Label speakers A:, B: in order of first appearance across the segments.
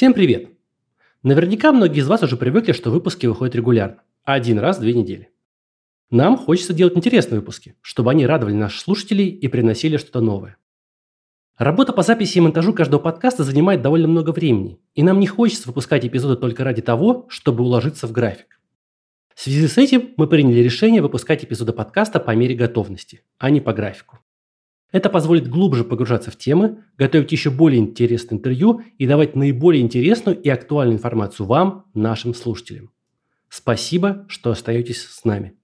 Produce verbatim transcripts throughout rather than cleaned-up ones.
A: Всем привет! Наверняка многие из вас уже привыкли, что выпуски выходят регулярно, один раз в две недели. Нам хочется делать интересные выпуски, чтобы они радовали наших слушателей и приносили что-то новое. Работа по записи и монтажу каждого подкаста занимает довольно много времени, и нам не хочется выпускать эпизоды только ради того, чтобы уложиться в график. В связи с этим мы приняли решение выпускать эпизоды подкаста по мере готовности, а не по графику. Это позволит глубже погружаться в темы, готовить еще более интересные интервью и давать наиболее интересную и актуальную информацию вам, нашим слушателям. Спасибо, что остаетесь с нами.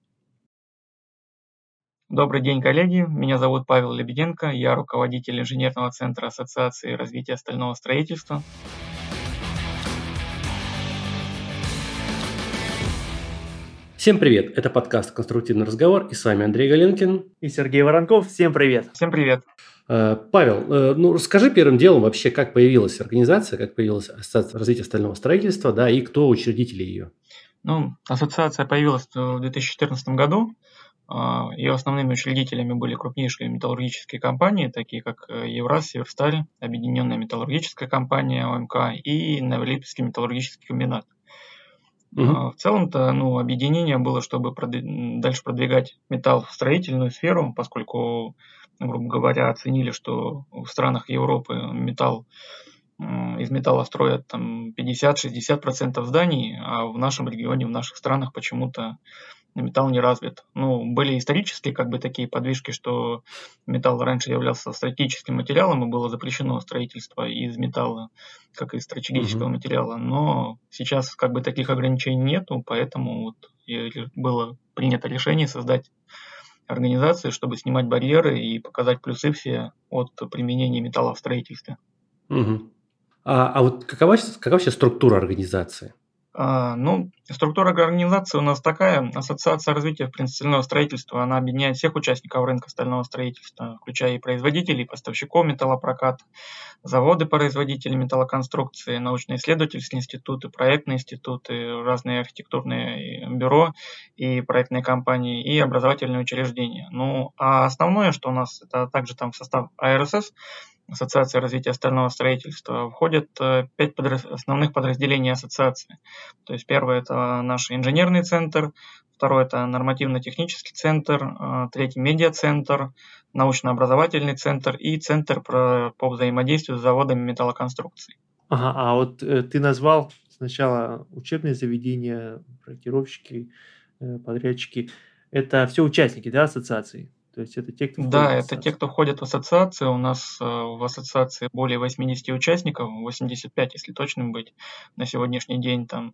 B: Добрый день, коллеги. Меня зовут Павел Лебеденко. Я руководитель инженерного центра Ассоциации развития стального строительства.
A: Всем привет! Это подкаст «Конструктивный разговор» и с вами Андрей Галенкин
C: и Сергей Воронков. Всем привет!
B: Всем привет!
A: Павел, ну расскажи первым делом вообще, как появилась организация, как появилась Ассоциация развития стального строительства, да, и кто учредители ее?
B: Ну, ассоциация появилась в две тысячи четырнадцатом году. Ее основными учредителями были крупнейшие металлургические компании, такие как Евраз, Северсталь, Объединенная металлургическая компания ОМК и Новолипецкий металлургический комбинат. Uh-huh. В целом-то ну, объединение было, чтобы продв... дальше продвигать металл в строительную сферу, поскольку, грубо говоря, оценили, что в странах Европы металл, из металла строят там пятьдесят-шестьдесят процентов зданий, а в нашем регионе, в наших странах почему-то металл не развит. Ну, были исторические как бы такие подвижки, что металл раньше являлся стратегическим материалом и было запрещено строительство из металла, как из стратегического uh-huh. материала. Но сейчас как бы таких ограничений нету, поэтому вот было принято решение создать организацию, чтобы снимать барьеры и показать плюсы все от применения металла в строительстве.
A: Uh-huh. А, а вот какова, какова вообще структура организации?
B: А, ну, структура организации у нас такая. Ассоциация развития в принципе стального строительства, она объединяет всех участников рынка стального строительства, включая и производителей, поставщиков металлопроката, заводы производителей металлоконструкции, научно-исследовательские институты, проектные институты, разные архитектурные бюро и проектные компании и образовательные учреждения. Ну, а основное, что у нас, это также там в состав АРСС, Ассоциация развития стального строительства, входят пять подраз... основных подразделений ассоциации. То есть первое – это наш инженерный центр, второй – это нормативно-технический центр, третий – медиацентр, научно-образовательный центр и центр про... по взаимодействию с заводами металлоконструкций.
C: Ага, а вот э, ты назвал сначала учебные заведения, проектировщики, э, подрядчики. Это все участники, да, ассоциации? То есть это те, кто входит
B: Да,
C: в
B: это те, кто входит в ассоциацию. У нас э, в ассоциации более восемьдесят участников, восемьдесят пять, если точным быть, на сегодняшний день. Там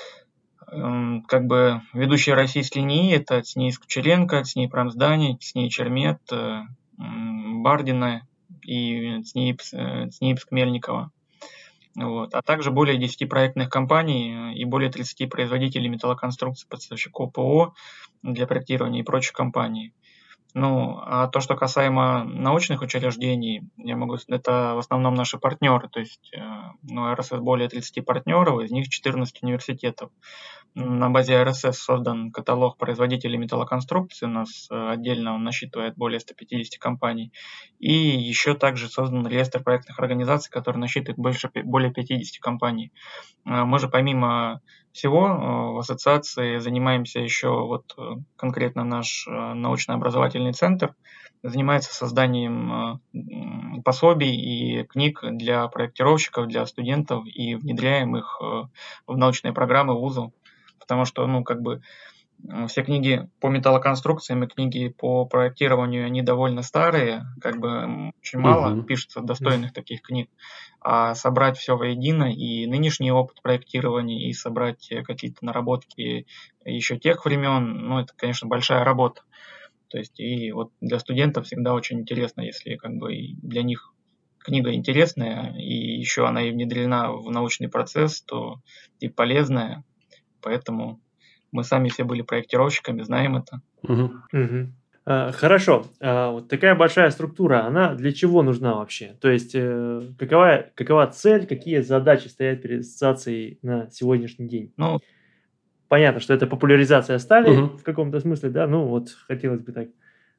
B: э, как бы ведущие российские НИИ, это ЦНИИ Кучеренко, ЦНИИ Промздание, ЦНИИ Чермет, э, Бардина и ЦНИИ, э, ЦНИИ Мельникова. Вот. А также более десяти проектных компаний и более тридцати производителей металлоконструкций, поставщиков ПО для проектирования и прочих компаний. Ну, а то, что касаемо научных учреждений, я могу сказать, это в основном наши партнеры, то есть ну, АРСС более тридцати партнеров, из них четырнадцать университетов. На базе АРСС создан каталог производителей металлоконструкции, у нас отдельно он насчитывает более ста пятидесяти компаний, и еще также создан реестр проектных организаций, который насчитывает больше, более пятидесяти компаний. Мы же помимо всего в ассоциации занимаемся еще, вот конкретно наш научно-образовательный центр занимается созданием пособий и книг для проектировщиков, для студентов и внедряем их в научные программы вузов, потому что, ну, как бы все книги по металлоконструкциям и книги по проектированию, они довольно старые, как бы очень мало uh-huh. пишется достойных uh-huh. таких книг, а собрать все воедино и нынешний опыт проектирования, и собрать какие-то наработки еще тех времен, ну, это, конечно, большая работа. То есть и вот для студентов всегда очень интересно, если как бы для них книга интересная, и еще она и внедрена в научный процесс, то и полезная, поэтому мы сами все были проектировщиками, знаем это.
C: Угу. Угу. А, хорошо. А, вот такая большая структура, она для чего нужна вообще? То есть э, какова, какова цель, какие задачи стоят перед ассоциацией на сегодняшний день?
B: Ну,
C: понятно, что это популяризация стали
A: угу.
C: в каком-то смысле, да? Ну вот хотелось бы так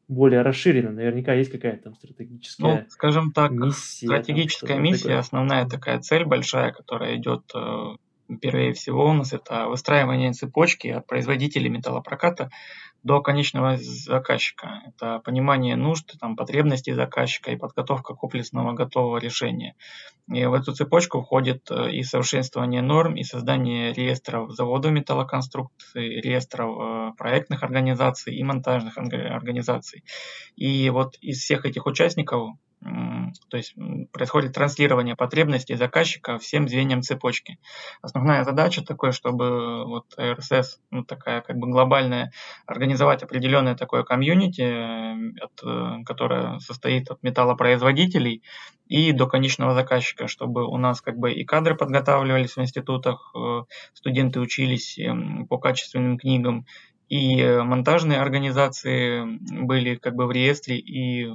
C: более расширенно. Наверняка есть какая-то там
B: Ну,
C: стратегическая
B: скажем так,
C: миссия, там
B: стратегическая
C: что-то
B: миссия,
C: такое.
B: основная такая цель большая, которая идет э, первее всего у нас, это выстраивание цепочки от производителей металлопроката до конечного заказчика. Это понимание нужд, там, потребностей заказчика и подготовка комплексного готового решения. И в эту цепочку входит э, и совершенствование норм, и создание реестров заводов металлоконструкций, реестров э, проектных организаций и монтажных орга- организаций. И вот из всех этих участников м, то есть м, происходит транслирование потребностей заказчика всем звеньям цепочки. Основная задача такой, чтобы вот эр эс эс, ну, такая как бы глобальная, организовать определенное такое комьюнити, э, от, э, которое состоит от металлопроизводителей и до конечного заказчика, чтобы у нас как бы и кадры подготавливались в институтах, э, студенты учились эм, по качественным книгам, и э, монтажные организации были как бы в реестре, и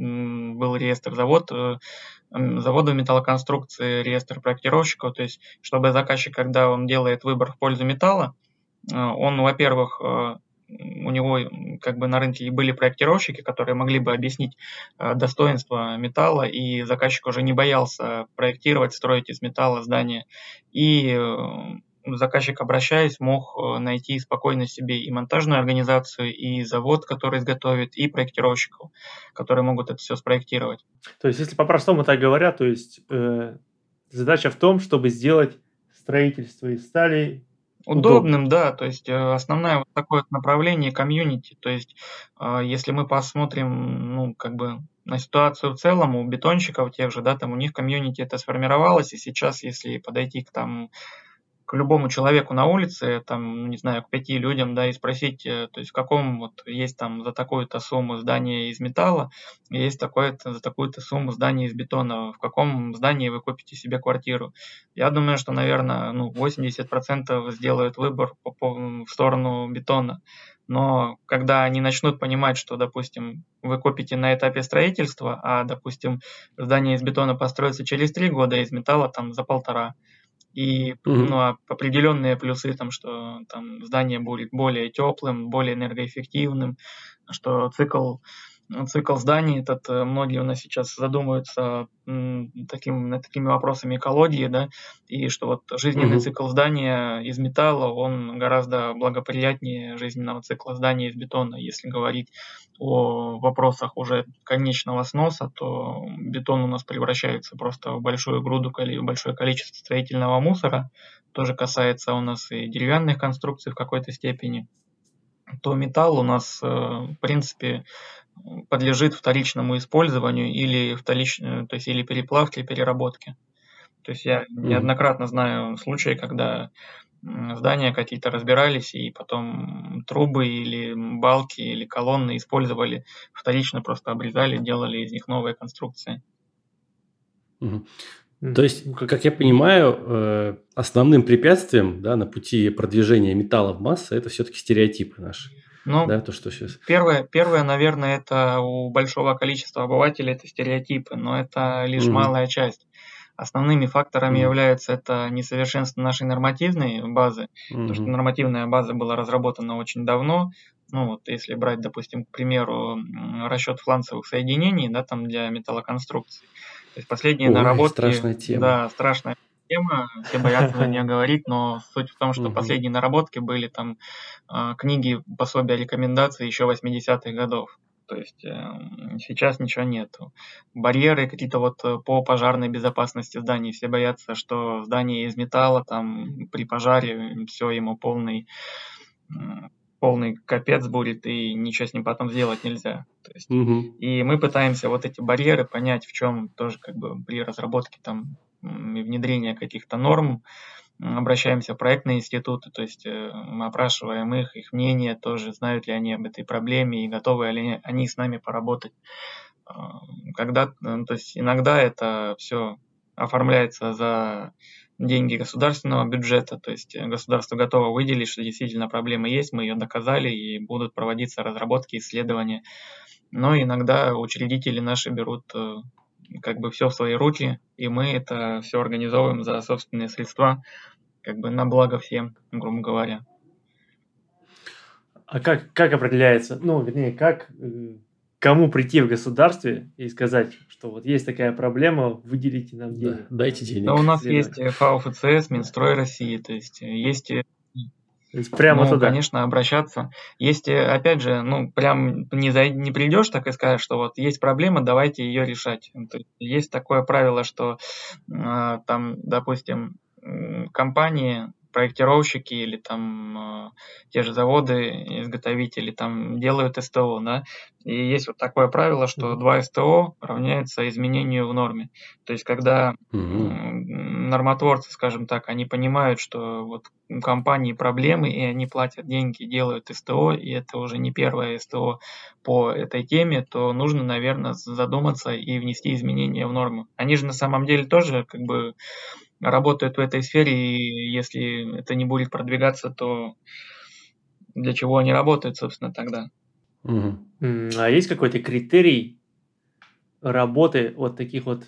B: м, был реестр завод, э, м, завода металлоконструкции, реестр проектировщиков, то есть чтобы заказчик, когда он делает выбор в пользу металла, э, он, во-первых, э, у него м, как бы на рынке и были проектировщики, которые могли бы объяснить э, достоинства металла, и заказчик уже не боялся проектировать, строить из металла здание. И э, заказчик, обращаясь, мог э, найти спокойно себе и монтажную организацию, и завод, который изготовит, и проектировщиков, которые могут это все спроектировать.
C: То есть, если по-простому так говоря, то есть э, задача в том, чтобы сделать строительство из стали удобным.
B: Удобным, да, то есть э, основное вот такое вот направление комьюнити, то есть э, если мы посмотрим, ну, как бы на ситуацию в целом у бетонщиков тех же, да, там у них комьюнити это сформировалось, и сейчас, если подойти к там к любому человеку на улице, там, ну, не знаю, к пяти людям, да, и спросить, э, то есть в каком вот есть там за такую-то сумму здание из металла, и есть такое-то за такую-то сумму здание из бетона, в каком здании вы купите себе квартиру. Я думаю, что, наверное, ну, восемьдесят процентов сделают выбор по, по, в сторону бетона. Но когда они начнут понимать, что, допустим, вы купите на этапе строительства, а, допустим, здание из бетона построится через три года, а из металла там за полтора, и ну,
A: Мгм.
B: а определенные плюсы, там, что там здание будет более теплым, более энергоэффективным, что цикл, ну, цикл зданий этот, э, многие у нас сейчас задумываются м, таким, над такими вопросами экологии, да, и что вот жизненный
A: Мгм.
B: цикл здания из металла, он гораздо благоприятнее жизненного цикла здания из бетона. Если говорить о вопросах уже конечного сноса, то бетон у нас превращается просто в большую груду, в большое количество строительного мусора. Тоже касается у нас и деревянных конструкций в какой-то степени. То металл у нас, э, в принципе, подлежит вторичному использованию или, вторич... то есть, или переплавке, или переработке. То есть я
A: Мгм.
B: неоднократно знаю случаи, когда м, здания какие-то разбирались, и потом трубы или балки или колонны использовали вторично, просто обрезали, делали из них новые конструкции.
A: Мгм.
C: М,
A: То есть,
C: ну, как-
A: как я понимаю, э, основным препятствием, да, на пути продвижения металла в массы это все-таки стереотипы наши,
B: Ну,
A: да, то, что сейчас.
B: первое, первое, наверное, это у большого количества обывателей это стереотипы, но это лишь малая часть. Основными факторами являются это несовершенство нашей нормативной базы, потому что нормативная база была разработана очень давно. Ну вот если брать, допустим, к примеру, м, расчет фланцевых соединений, да, там для металлоконструкций. То есть последние
A: Ой,
B: наработки,
A: страшная тема.
B: да, страшная тема, все боятся за нее говорить, но суть в том, что
A: Мгм.
B: последние наработки были там а, книги, пособия, рекомендации еще восьмидесятых годов. То есть э, сейчас ничего нету. Барьеры какие-то вот э, по пожарной безопасности зданий. Все боятся, что здание из металла, там при пожаре все ему полный, м, полный капец будет, и ничего с ним потом сделать нельзя. То есть,
A: Мгм.
B: и мы пытаемся вот эти барьеры понять, в чем тоже как бы при разработке там м, и внедрении каких-то норм, обращаемся в проектные институты, то есть э, мы опрашиваем их, их мнение тоже, знают ли они об этой проблеме и готовы ли они с нами поработать. А, Когда, э, то есть иногда это все оформляется за деньги государственного бюджета, то есть э, государство готово выделить, что действительно проблема есть, мы ее доказали, и будут проводиться разработки, исследования. Но иногда учредители наши берут э, как бы все в свои руки, и мы это все организовываем за собственные средства, как бы на благо всем, грубо говоря.
C: А как, как определяется, ну, вернее, как э, кому прийти в государстве и сказать, что вот есть такая проблема, выделите нам
A: Да,
C: денег.
A: дайте денег.
B: Да, у нас
C: Следовать.
B: есть ФАО ФЦС, Минстрой России, то есть э, есть, э,
C: То есть прямо
B: ну,
C: туда.
B: конечно, обращаться. Есть, э, опять же, ну, прям не, зай- не придешь так и скажешь, что вот есть проблема, давайте ее решать. Ну, то есть есть такое правило, что а, там, допустим, м, компании, проектировщики или там а, те же заводы, изготовители там делают СТО, да, и есть вот такое правило, что
C: Мгм.
B: два СТО равняется изменению в норме. То есть когда
A: Мгм.
B: м, нормотворцы, скажем так, они понимают, что вот у компании проблемы, и они платят деньги, делают СТО, и это уже не первое СТО по этой теме, то нужно, наверное, задуматься и внести изменения в норму. Они же на самом деле тоже как бы работают в этой сфере, и если это не будет продвигаться, то для чего они работают, собственно, тогда?
A: Мгм.
C: М, А есть какой-то критерий работы вот таких вот,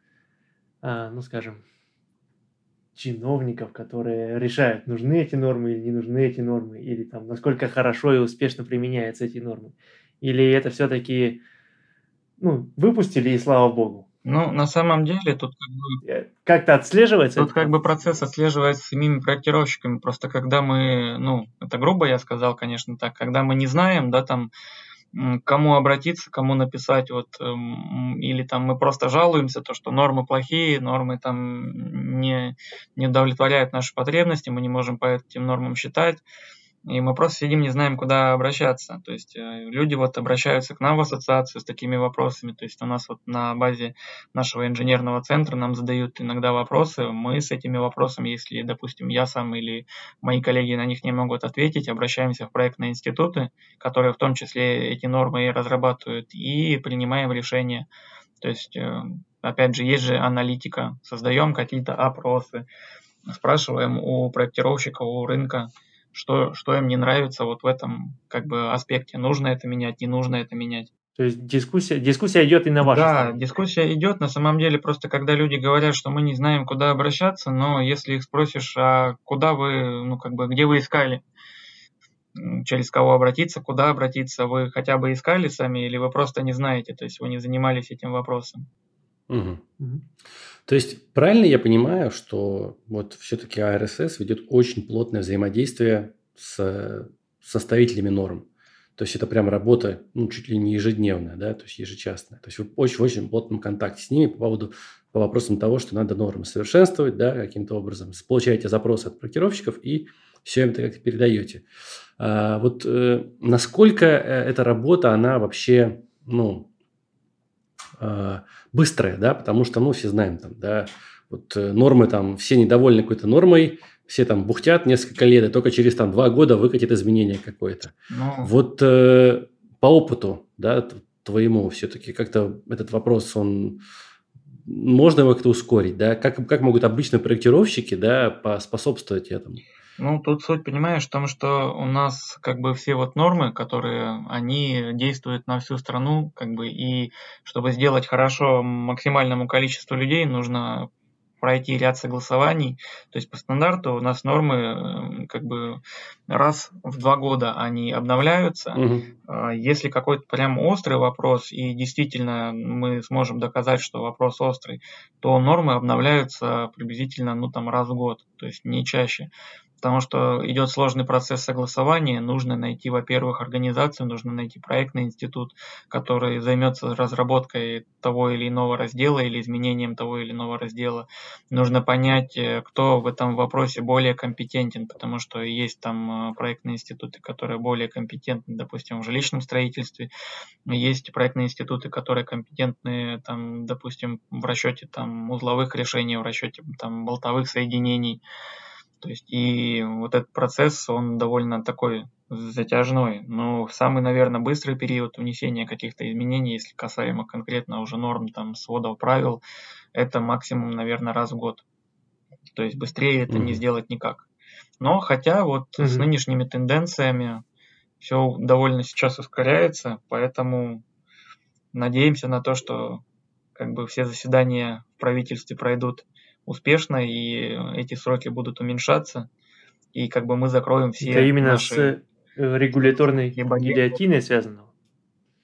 C: а, ну скажем, чиновников, которые решают, нужны эти нормы или не нужны эти нормы, или там насколько хорошо и успешно применяются эти нормы? Или это все-таки, ну, выпустили и слава богу?
B: Ну, на самом деле, тут как бы
C: Э, Как-то отслеживается
B: Тут
C: этот
B: как бы
C: процесс?
B: процесс отслеживается самими проектировщиками. Просто когда мы, ну, это грубо я сказал, конечно, так, когда мы не знаем, да, там, м, к кому обратиться, кому написать, вот, эм, или там мы просто жалуемся, то, что нормы плохие, нормы там не, не удовлетворяют наши потребности, мы не можем по этим нормам считать, и мы просто сидим, не знаем, куда обращаться. То есть э, люди вот обращаются к нам в ассоциацию с такими вопросами. То есть у нас вот на базе нашего инженерного центра нам задают иногда вопросы. Мы с этими вопросами, если, допустим, я сам или мои коллеги на них не могут ответить, обращаемся в проектные институты, которые в том числе эти нормы и разрабатывают, и принимаем решения. То есть, э, опять же, есть же аналитика. Создаем какие-то опросы, спрашиваем у проектировщика, у рынка, что, что им не нравится вот в этом как бы аспекте. Нужно это менять, не нужно это менять.
C: То есть дискуссия, дискуссия идет и на вашей
B: Да,
C: стороне.
B: дискуссия идет. На самом деле, просто когда люди говорят, что мы не знаем, куда обращаться, но если их спросишь, а куда вы, ну как бы, где вы искали, м, через кого обратиться, куда обратиться, вы хотя бы искали сами или вы просто не знаете, то есть вы не занимались этим вопросом.
A: Мгм.
C: Мгм.
A: То есть правильно я понимаю, что вот все-таки А Р С С ведет очень плотное взаимодействие с составителями норм. То есть это прям работа, ну, чуть ли не ежедневная, да, то есть ежечасная. То есть вы очень в очень плотном контакте с ними по поводу, по вопросам того, что надо нормы совершенствовать, да, каким-то образом. Получаете запросы от проектировщиков и все им это как-то передаете. А, вот э, насколько э, эта работа, она вообще, ну, э, быстрая, да, потому что, ну, все знаем, там, да, вот э, нормы там, все недовольны какой-то нормой, все там бухтят несколько лет, и только через там два года выкатит изменение какое-то.
B: Ну,
A: Вот э, по опыту, да, т- твоему все-таки как-то этот вопрос, он можно его как-то ускорить, да, как, как могут обычно проектировщики, да, поспособствовать этому?
B: Ну, тут суть, понимаешь, в том, что у нас как бы все вот нормы, которые, они действуют на всю страну, как бы, и чтобы сделать хорошо максимальному количеству людей, нужно пройти ряд согласований. То есть по стандарту у нас нормы э, как бы раз в два года они обновляются.
A: Мгм.
B: А Если какой-то прям острый вопрос, и действительно мы сможем доказать, что вопрос острый, то нормы обновляются приблизительно, ну, там, раз в год, то есть не чаще. Потому что идет сложный процесс согласования, нужно найти, во-первых, организацию, нужно найти проектный институт, который займется разработкой того или иного раздела или изменением того или иного раздела. Нужно понять, э, кто в этом вопросе более компетентен, потому что есть там э, проектные институты, которые более компетентны, допустим, в жилищном строительстве, есть проектные институты, которые компетентны, там, допустим, в расчете там, узловых решений, в расчете там, болтовых соединений. То есть и вот этот процесс, он довольно такой затяжной. Но самый, наверное, быстрый период внесения каких-то изменений, если касаемо конкретно уже норм, там, сводов правил, это максимум, наверное, раз в год. То есть быстрее это не
A: Мгм.
B: сделать никак. Но хотя вот с
C: Мгм.
B: нынешними тенденциями все довольно сейчас ускоряется, поэтому надеемся на то, что как бы все заседания в правительстве пройдут успешно и эти сроки будут уменьшаться, и как бы мы закроем
C: Это
B: все
C: именно с
B: наши
C: э, регуляторной
B: все барьеры.
C: гильотиной связано?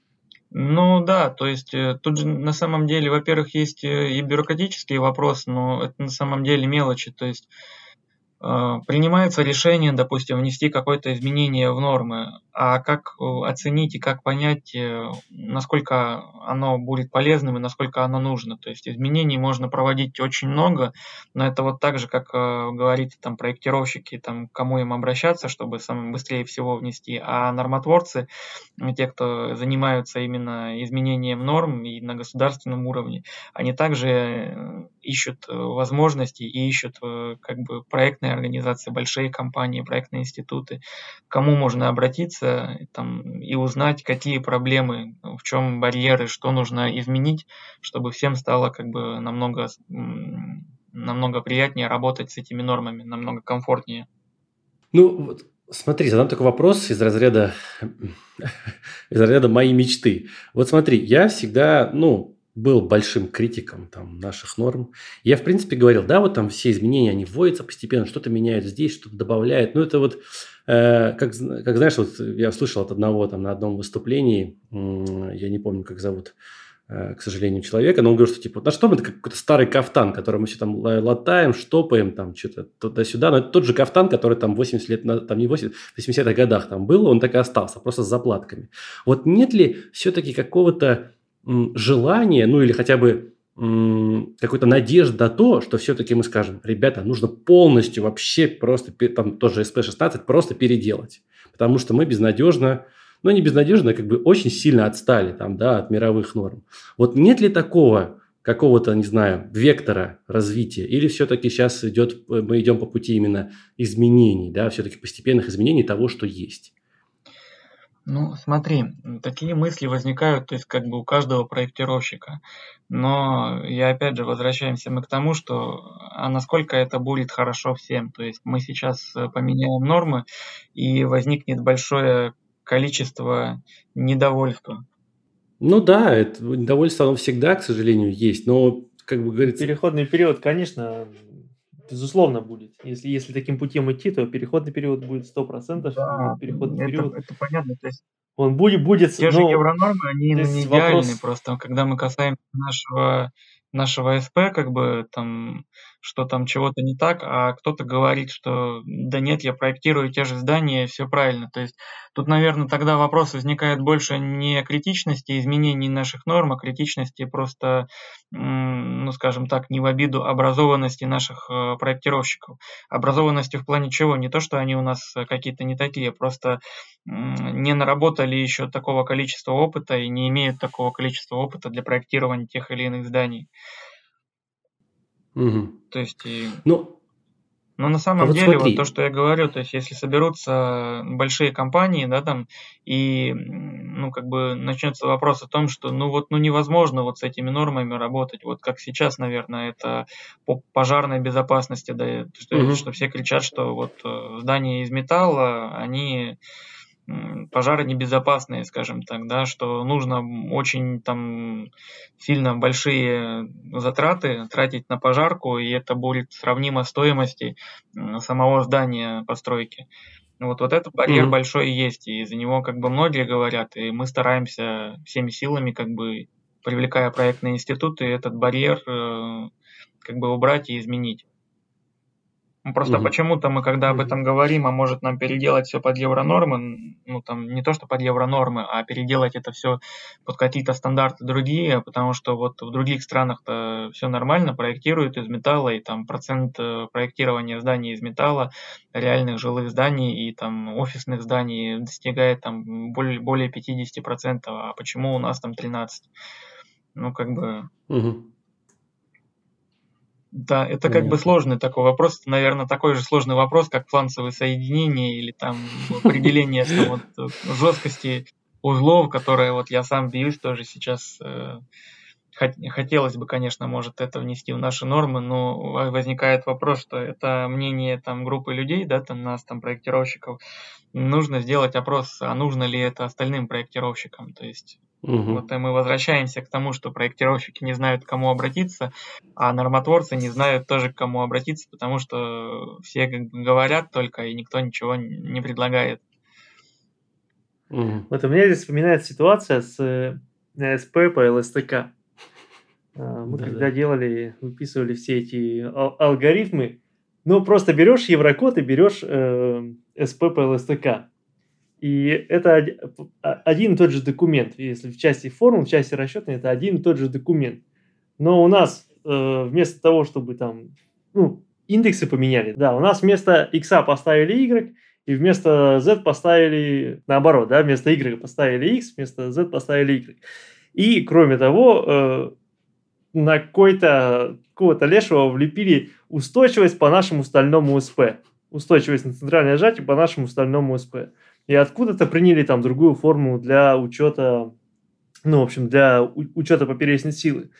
B: Ну да, то есть э, тут же на самом деле, во-первых, есть э, и бюрократические вопросы, но это на самом деле мелочи. То есть э, принимается решение, допустим, внести какое-то изменение в нормы, а как э, оценить и как понять, э, насколько оно будет полезным и насколько оно нужно. То есть изменений можно проводить очень много, но это вот так же, как э, говорите там проектировщики, там, к кому им обращаться, чтобы самое быстрее всего внести, а нормотворцы, э, те, кто занимаются именно изменением норм и на государственном уровне, они также э, ищут э, возможности и ищут э, как бы проектные организации, большие компании, проектные институты, к кому можно обратиться э, там, и узнать, какие проблемы, в чем барьеры, что нужно изменить, чтобы всем стало как бы намного, м, намного приятнее работать с этими нормами, намного комфортнее.
A: Ну, вот смотри, задам такой вопрос из разряда, из разряда моей мечты. Вот смотри, я всегда, ну, был большим критиком там наших норм. Я, в принципе, говорил, да, вот там все изменения, они вводятся постепенно, что-то меняют здесь, что-то добавляют. Ну, это вот, э, как, зн- как знаешь, вот я слышал от одного там на одном выступлении, м, я не помню, как зовут, э, к сожалению, человека, но он говорит, что типа, да что мы, это как какой-то старый кафтан, который мы все там ла- латаем, штопаем, там что-то туда-сюда, но это тот же кафтан, который там восемьдесят лет, на- там не восемьдесят, в восьмидесятых годах там был, он так и остался, просто с заплатками. Вот нет ли все-таки какого-то м, желания, ну или хотя бы м, какой-то надежды на то, что все-таки мы скажем, ребята, нужно полностью вообще просто, пе- там тоже эс пи шестнадцать просто переделать, потому что мы безнадежно, ну не безнадежно, а как бы очень сильно отстали там, да, от мировых норм. Вот нет ли такого какого-то, не знаю, вектора развития, или все-таки сейчас идет, мы идем по пути именно изменений, да, все-таки постепенных изменений того, что есть?
B: Ну, смотри, м, такие мысли возникают, то есть как бы у каждого проектировщика. Но я опять же возвращаемся мы к тому, что а насколько это будет хорошо всем. То есть мы сейчас э, поменяем нормы, и возникнет большое количество недовольства.
A: Ну да, это недовольство, оно всегда, к сожалению, есть, но, как бы
C: Ну,
A: говорится,
C: переходный период, конечно, безусловно, будет. Если, если таким путем идти, то переходный период будет сто процентов, и
B: Да,
C: этот переходный
B: это,
C: период,
B: это понятно. То есть
C: он будет, будет,
B: те же
C: ну,
B: евронормы, они ну,
C: здесь
B: не идеальны,
C: вопрос,
B: просто когда мы касаемся нашего, нашего эс пэ, как бы там, что там чего-то не так, а кто-то говорит, что да нет, я проектирую те же здания, все правильно. То есть тут, наверное, тогда вопрос возникает больше не критичности изменений наших норм, а критичности просто, м, ну, скажем так, не в обиду образованности наших э, проектировщиков. Образованности в плане чего? Не то, что они у нас э, какие-то не такие, просто м, не наработали еще такого количества опыта и не имеют такого количества опыта для проектирования тех или иных зданий.
A: мгм.
B: То есть, и,
A: Ну,
B: но на
A: а
B: самом
A: вот
B: деле, вот то,
A: смотри,
B: что я говорю, то есть, если соберутся большие компании, да, там, и, м, ну, как бы начнется вопрос о том, что, ну, вот, ну, невозможно вот с этими нормами работать, вот как сейчас, наверное, это по пожарной безопасности, да, что,
A: мгм,
B: что все кричат, что вот э, здания из металла, они м, пожары небезопасные, скажем так, да, что нужно очень там сильно большие затраты тратить на пожарку, и это будет сравнимо стоимости м, самого здания постройки. Вот, вот этот барьер
A: мгм,
B: большой есть, и за него как бы многие говорят, и мы стараемся всеми силами, как бы привлекая проектные институты, этот барьер э, как бы убрать и изменить. Ну, просто
A: мгм,
B: почему-то мы, когда об этом
C: мгм.
B: говорим, а может нам переделать все под евронормы, н- ну там не то, что под евронормы, а переделать это все под какие-то стандарты другие, потому что вот в других странах-то все нормально, проектируют из металла, и там процент э, проектирования зданий из металла, реальных жилых зданий и там офисных зданий достигает там более, более пятьдесят процентов, а почему у нас там тринадцать? Ну, как бы
A: мгм.
B: да, это как бы
A: Понятно.
B: сложный такой вопрос. Это, наверное, такой же сложный вопрос, как фланцевые соединения или там определение там вот э, жесткости узлов, которые вот я сам бьюсь тоже сейчас. э, хот- Хотелось бы, конечно, может это внести в наши нормы, но во- возникает вопрос, что это мнение там группы людей, да, там нас, там проектировщиков. Нужно сделать опрос, а нужно ли это остальным проектировщикам. То есть вот
A: Мгм,
B: и мы возвращаемся к тому, что проектировщики не знают, к кому обратиться, а нормотворцы не знают тоже, к кому обратиться, потому что все как бы говорят только, и никто ничего не предлагает.
A: мгм,
C: Вот у меня здесь вспоминается ситуация с, э, на эс пи по эл эс тэ ка. Мы
A: Да-да.
C: когда делали, выписывали все эти ал- алгоритмы, ну, просто берешь еврокод и берешь э, эс пи по эл эс тэ ка. И это од- а- один и тот же документ. Если в части формул, в части расчетной, это один и тот же документ. Но у нас э, вместо того, чтобы там, ну, индексы поменяли, да, у нас вместо x поставили y, и вместо z поставили, наоборот, да, вместо y поставили x, вместо z поставили y. И, кроме того, э, на какой-то, какого-то лешего влепили устойчивость по нашему стальному эс пи. Устойчивость на центральное сжатие по нашему стальному эс пи. И откуда-то приняли там другую формулу для учета, ну, в общем, для у- учета поперечной силы.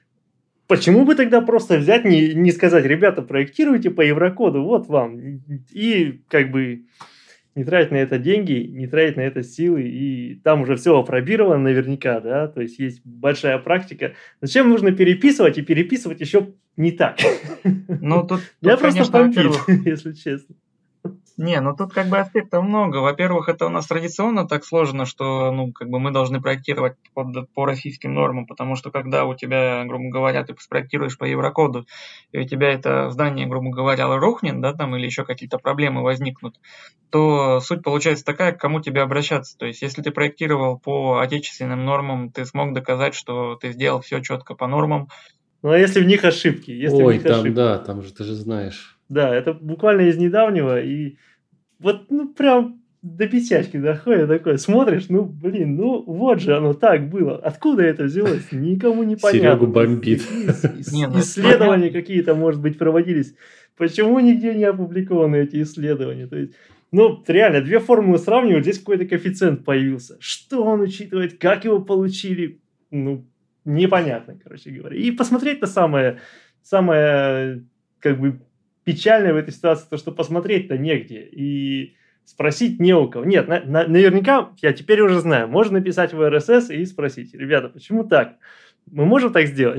C: Почему бы тогда просто взять, не, не сказать, ребята, проектируйте по еврокоду, вот вам. И как бы не тратить на это деньги, не тратить на это силы, и там уже все опробировано наверняка, да, то есть есть большая практика. Зачем нужно переписывать и переписывать еще не так?
B: Ну, тут,
C: Я
B: тут,
C: просто
B: конечно,
C: помпит,
B: во-первых,
C: если честно.
B: не, ну тут как бы аспектов много. Во-первых, это у нас традиционно так сложно, что, ну, как бы мы должны проектировать по, по российским нормам, потому что когда у тебя, грубо говоря, ты спроектируешь по еврокоду, и у тебя это здание, грубо говоря, рухнет, да, там, или еще какие-то проблемы возникнут, то суть получается такая, к кому тебе обращаться. То есть, если ты проектировал по отечественным нормам, ты смог доказать, что ты сделал все четко по нормам.
C: Ну, а если в них ошибки? Если в
A: Ой,
C: них
A: там,
C: ошибки.
A: да, там же, ты же знаешь.
C: Да, это буквально из недавнего, и вот, ну, прям до печальки доходит такое. Смотришь, ну, блин, ну, вот же оно так было. Откуда это взялось? Никому не понятно.
A: Серегу бомбит.
C: Какие ис-
B: Не, ну, это
C: исследования какие-то, может быть, проводились. Почему нигде не опубликованы эти исследования? То есть, ну, реально, две формулы сравнивают, здесь какой-то коэффициент появился. Что он учитывает, как его получили? Ну, непонятно, короче говоря. И посмотреть-то самое, самое, как бы, печальное в этой ситуации, то, что посмотреть-то негде. И спросить не у кого. Нет, на, на, наверняка, я теперь уже знаю, можно написать в эр эс эс и спросить, ребята, почему так? Мы можем так сделать?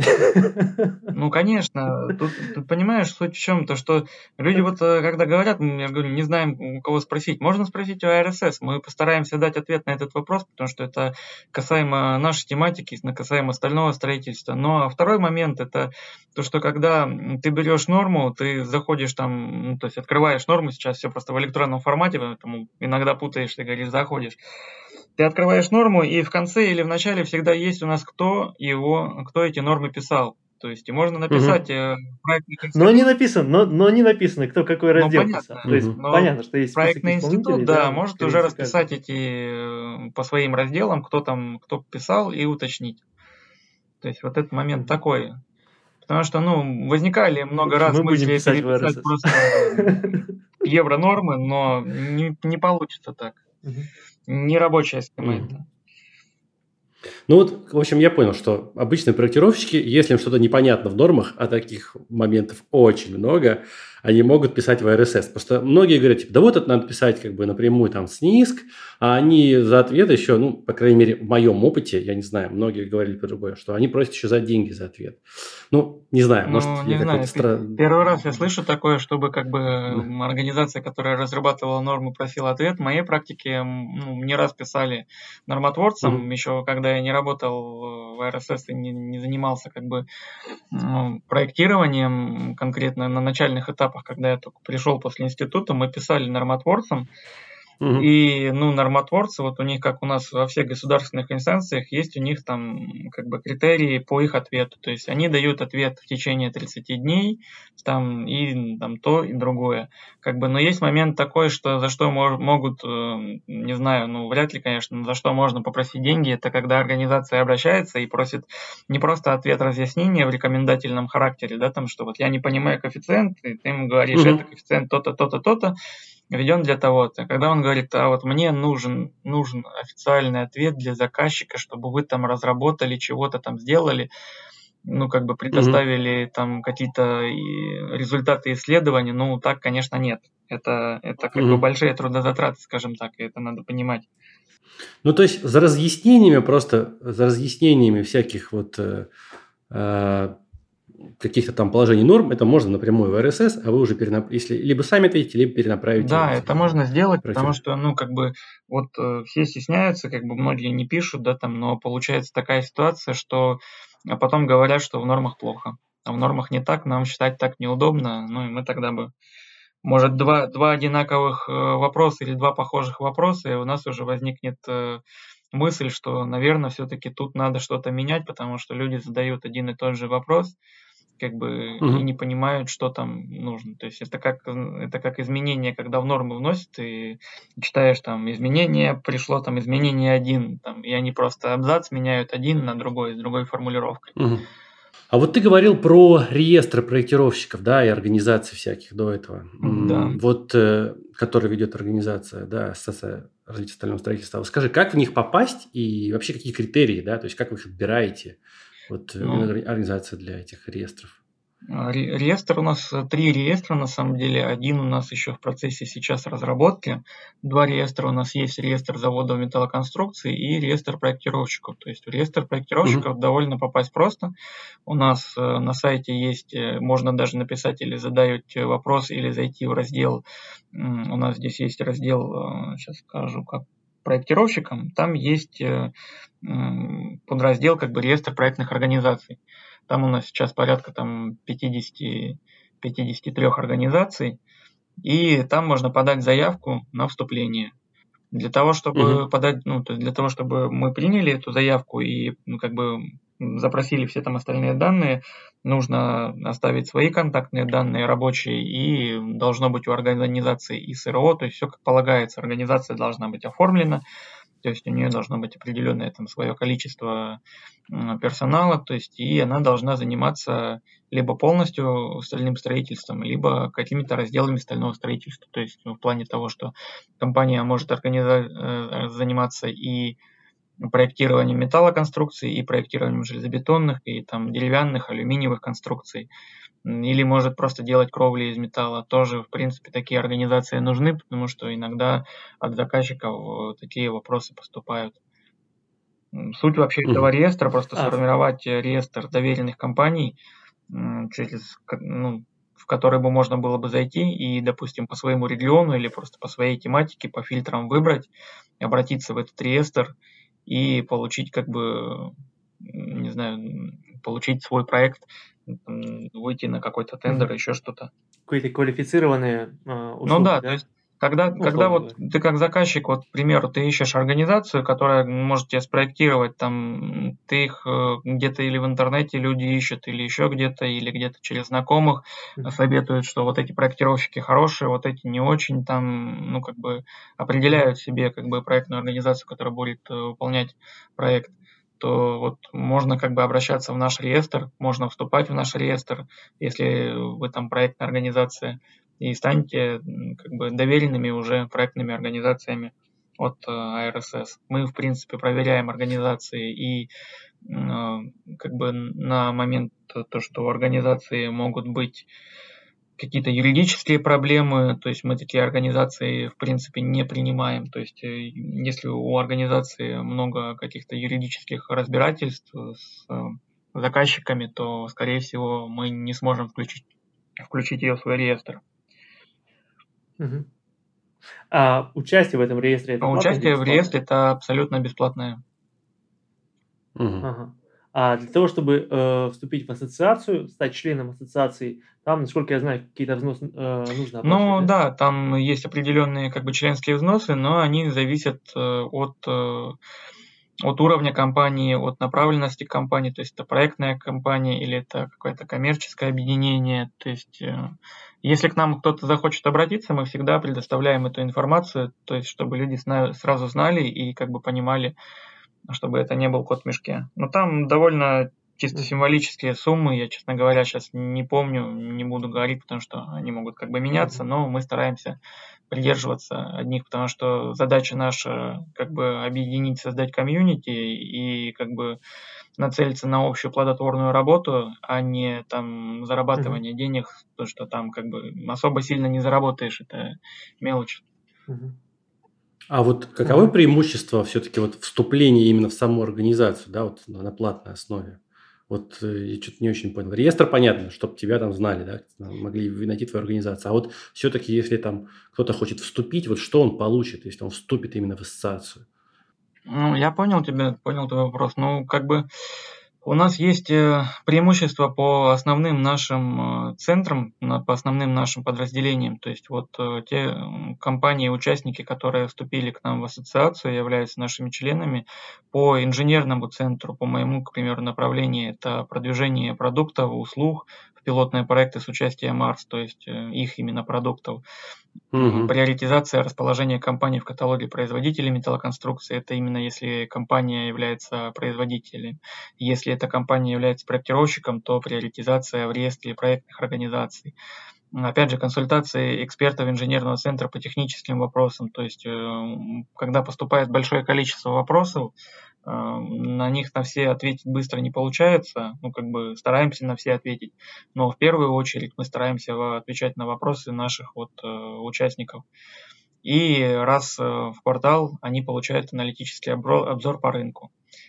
B: Ну, конечно, тут, тут понимаешь, суть в чем? То, что люди вот, э, когда говорят, м, я же говорю, не знаем, у кого спросить. Можно спросить у эр эс эс. Мы постараемся дать ответ на этот вопрос, потому что это касаемо нашей тематики, касаемо стального строительства. Но второй момент – это то, что когда м, ты берешь норму, ты заходишь там, ну, то есть открываешь норму, сейчас все просто в электронном формате, поэтому иногда путаешь, ты говоришь, заходишь. Ты открываешь норму, и в конце или в начале всегда есть у нас кто его, кто эти нормы писал. То есть и можно написать э, проектный
C: Но не
B: институт.
C: написано, но, но не написано, кто какой
B: Ну,
C: раздел
B: понятно.
C: писал. То есть
A: Мгм.
B: Но
C: понятно, что есть список
B: проектный
C: исполнителей.
B: институт, да,
C: да,
B: может
C: скорее
B: уже
C: всего,
B: расписать
C: каждый.
B: эти э, по своим разделам, кто там, кто писал, и уточнить. То есть вот этот момент
C: Мгм.
B: такой. Потому что, ну, возникали
C: В
B: много
C: общем,
B: раз
C: мы будем
B: мысли
C: писать в эр эс
B: переписать
C: эс.
B: просто евронормы, но не, не получится так.
C: Мгм.
B: Не рабочая схема
A: Мгм.
B: это.
A: Ну вот, в общем, я понял, что обычные проектировщики, если им что-то непонятно в нормах, а таких моментов очень много, они могут писать в эр эс эс. Просто многие говорят, типа, да вот это надо писать как бы напрямую там с НИСК, а они за ответ еще, ну, по крайней мере, в моем опыте, я не знаю, многие говорили по-другому, что они просят еще за деньги за ответ. Ну, не знаю, может,
B: Ну,
A: я
B: не знаю,
A: какой-то странный.
B: первый раз я слышу такое, чтобы как бы
A: Да.
B: м, организация, которая разрабатывала норму, просила ответ. В моей практике м, ну, не раз писали нормотворцам,
A: Мгм.
B: еще когда я не работал в эр эс эс и не, не занимался как бы ну, проектированием конкретно на начальных этапах, когда я только пришел после института, мы писали нормотворцам.
A: Мгм.
B: И, ну, нормотворцы, вот у них, как у нас во всех государственных инстанциях, есть у них там как бы критерии по их ответу. То есть они дают ответ в течение тридцати дней, там и там то, и другое. Как бы, но есть момент такой, что за что мож- могут, э, не знаю, ну, вряд ли, конечно, но за что можно попросить деньги, это когда организация обращается и просит не просто ответ разъяснения в рекомендательном характере, да, там, что вот я не понимаю коэффициент, и ты ему говоришь,
A: Мгм.
B: это коэффициент то-то, то-то, то-то, введен для того-то. Когда он говорит, а вот мне нужен, нужен официальный ответ для заказчика, чтобы вы там разработали, чего-то там сделали, ну, как бы
A: Мгм.
B: предоставили там какие-то и результаты исследований, ну, так, конечно, нет. Это, это как бы
A: Мгм.
B: большие трудозатраты, скажем так, и это надо понимать.
A: Ну, то есть за разъяснениями просто, за разъяснениями всяких вот э, э, каких-то там положений норм, это можно напрямую в эр эс эс, а вы уже перенап... если либо сами ответите, либо перенаправите.
B: Да, это можно сделать,
A: профиль.
B: Потому что, ну, как бы, вот э, все стесняются, как бы многие не пишут, да, там, но получается такая ситуация, что а потом говорят, что в нормах плохо. А в нормах не так, нам считать так неудобно, ну, и мы тогда бы, может, два, два одинаковых э, вопроса или два похожих вопроса, и у нас уже возникнет э, мысль, что, наверное, все-таки тут надо что-то менять, потому что люди задают один и тот же вопрос, как бы
A: Мгм.
B: и не понимают, что там нужно. То есть это как, это как изменение, когда в нормы вносят, и читаешь там изменение, пришло там изменение один, там, и они просто абзац меняют один на другой, с другой формулировкой.
A: Мгм. А вот ты говорил про реестр проектировщиков, да, и организаций всяких до этого. М,
B: Да.
A: Вот, э, который ведет организация, да, Ассоциация развития стального строительства. Вот скажи, как в них попасть и вообще какие критерии, да, то есть как вы их отбираете, вот, э,
B: Ну,
A: именно орга- организация для этих реестров?
B: А, ре- Реестр у нас, э, три реестра на самом деле. Один у нас еще в процессе сейчас разработки. Два реестра у нас есть: реестр заводов металлоконструкций и реестр проектировщиков. То есть в реестр проектировщиков довольно попасть просто. У нас э, на сайте есть, э, можно даже написать или задать э, вопрос, или зайти в раздел. м, У нас здесь есть раздел, сейчас скажу, как проектировщикам. Там есть э, м, подраздел как бы реестр проектных организаций. Там у нас сейчас порядка там пятьдесят, пятьдесят три организаций, и там можно подать заявку на вступление. Для того, чтобы
A: Мгм.
B: подать, ну, то есть для того, чтобы мы приняли эту заявку и, ну, как бы м, запросили все там остальные данные, нужно оставить свои контактные данные рабочие, и должно быть у организации и СРО, то есть все как полагается. Организация должна быть оформлена, то есть у нее должно быть определенное там свое количество м, персонала, то есть и она должна заниматься либо полностью стальным строительством, либо какими-то разделами стального строительства. То есть ну, в плане того, что компания может организа- э, заниматься и проектированием металлоконструкций, и проектированием железобетонных, и там деревянных, алюминиевых конструкций. М, Или может просто делать кровли из металла. Тоже, в принципе, такие организации нужны, потому что иногда от заказчиков э, такие вопросы поступают. М, Суть вообще этого
A: Мгм.
B: реестра просто
C: А,
B: сформировать э, реестр доверенных компаний, м, через, ко- ну, в который бы можно было бы зайти и, допустим, по своему региону или просто по своей тематике, по фильтрам выбрать, обратиться в этот реестр и получить как бы, м, не знаю, м, получить свой проект, м, выйти на какой-то тендер,
C: мгм.
B: еще что-то.
C: Какие-то квалифицированные а,
B: Ну
C: услуги,
B: да, то
C: да?
B: есть когда,
C: Ну,
B: когда
C: условно
B: вот
C: говоря.
B: ты как заказчик, вот, к примеру, ты ищешь организацию, которая может тебе спроектировать, там, м, ты их э, где-то или в интернете люди ищут, или еще где-то, или где-то через знакомых э,
C: Мгм.
B: советуют, что вот эти проектировщики хорошие, вот эти не очень, там, ну, как бы
C: Мгм.
B: определяют себе, как бы, проектную организацию, которая будет э, выполнять проект, то вот можно как бы обращаться в наш реестр, можно вступать в наш реестр, если вы там проектная организация, и станете м, как бы доверенными уже проектными организациями от э, эй эр эс эс. Мы, в принципе, проверяем организации, и м, э, как бы на момент то, то, что у организации могут быть какие-то юридические проблемы, то есть мы такие организации, в принципе, не принимаем. То есть э, если у организации много каких-то юридических разбирательств с э, заказчиками, то, скорее всего, мы не сможем включить, включить ее в свой реестр.
C: Мгм. А участие в этом реестре это
B: А
C: платно или
B: участие в
C: бесплатно?
B: реестре это абсолютно бесплатное.
A: Мгм.
C: Ага. А для того, чтобы э, вступить в ассоциацию, стать членом ассоциации, там, насколько я знаю, какие-то взносы э, нужно оплачивать,
B: Ну
C: да?
B: да, там есть определенные как бы членские взносы, но они зависят э, от, э, от уровня компании, от направленности компании, то есть это проектная компания или это какое-то коммерческое объединение. То есть э, если к нам кто-то захочет обратиться, мы всегда предоставляем эту информацию, то есть чтобы люди сна- сразу знали и как бы понимали, чтобы это не был кот в мешке. Но там довольно чисто
C: Мгм.
B: символические суммы, я, честно говоря, сейчас не помню, не буду говорить, потому что они могут как бы меняться,
C: Мгм.
B: но мы стараемся придерживаться одних, потому что задача наша как бы объединить, создать комьюнити и как бы нацелиться на общую плодотворную работу, а не там
C: Мгм.
B: зарабатывание денег, то, что там как бы особо сильно не заработаешь, это мелочь.
C: Мгм.
A: А вот каковы
C: Ага.
A: преимущества все-таки вот вступления именно в саму организацию, да, вот на на платной основе? Вот э, я что-то не очень понял. Реестр понятно, чтобы тебя там знали, да, могли найти твою организацию. А вот все-таки, если там кто-то хочет вступить, вот что он получит, если он вступит именно в ассоциацию?
B: Ну, я понял тебя, понял твой вопрос. Ну, как бы у нас есть э, преимущества по основным нашим э, центрам, на- по основным нашим подразделениям. То есть вот э, те м, компании, участники, которые вступили к нам в ассоциацию, являются нашими членами. По инженерному центру, по моему, к примеру, направлению, это продвижение продуктов, услуг в пилотные проекты с участием Марс, то есть э, их именно продуктов. М,
A: Мгм.
B: Приоритизация расположения компании в каталоге производителей металлоконструкции – это именно если компания является производителем. Если эта компания является проектировщиком, то приоритизация в реестре проектных организаций. М, Опять же, консультации экспертов инженерного центра по техническим вопросам. То есть, э, м, когда поступает большое количество вопросов, э, на них на все ответить быстро не получается. Ну, как бы стараемся на все ответить. Но в первую очередь мы стараемся во- отвечать на вопросы наших вот э, участников. И раз э, в квартал они получают аналитический обро- обзор по рынку.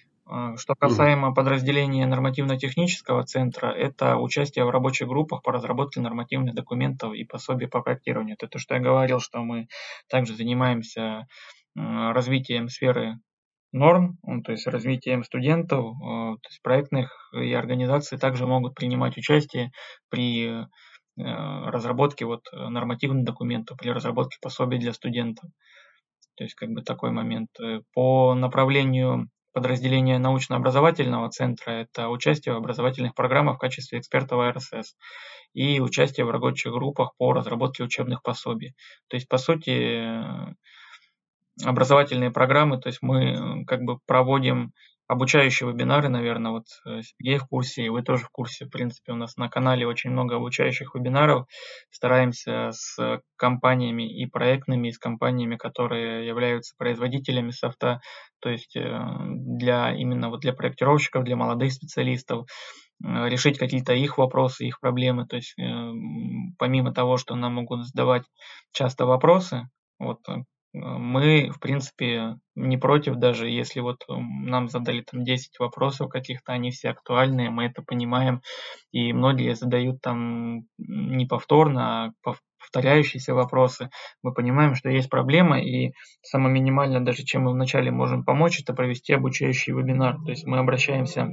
B: А, Что
A: Мгм.
B: касаемо подразделения нормативно-технического центра, это участие в рабочих группах по разработке нормативных документов и пособий по проектированию. Это то, что я говорил, что мы также занимаемся м, развитием сферы норм, ну, то есть развитием студентов, э, то есть проектных и организаций также могут принимать участие при э, разработке вот э, нормативных документов, при разработке пособий для студентов. То есть как бы такой момент. Э, По направлению подразделения научно-образовательного центра это участие в образовательных программах в качестве эксперта в А Р С С и участие в рабочих группах по разработке учебных пособий. То есть, по сути, э, образовательные программы, то есть мы э, как бы проводим обучающие вебинары, наверное, вот э, Сергей в курсе, и вы тоже в курсе, в принципе, у нас на канале очень много обучающих вебинаров, стараемся с компаниями и проектными, и с компаниями, которые являются производителями софта, то есть э, для именно вот для проектировщиков, для молодых специалистов, э, решить какие-то их вопросы, их проблемы, то есть э, м, помимо того, что нам могут задавать часто вопросы, вот э, мы, в принципе, не против, даже если вот м, нам задали там десять вопросов каких-то, они все актуальные, мы это понимаем, и многие задают там не повторно, а пов- повторяющиеся вопросы. Мы понимаем, что есть проблема, и самое минимальное, даже чем мы вначале можем помочь, это провести обучающий вебинар. То есть мы обращаемся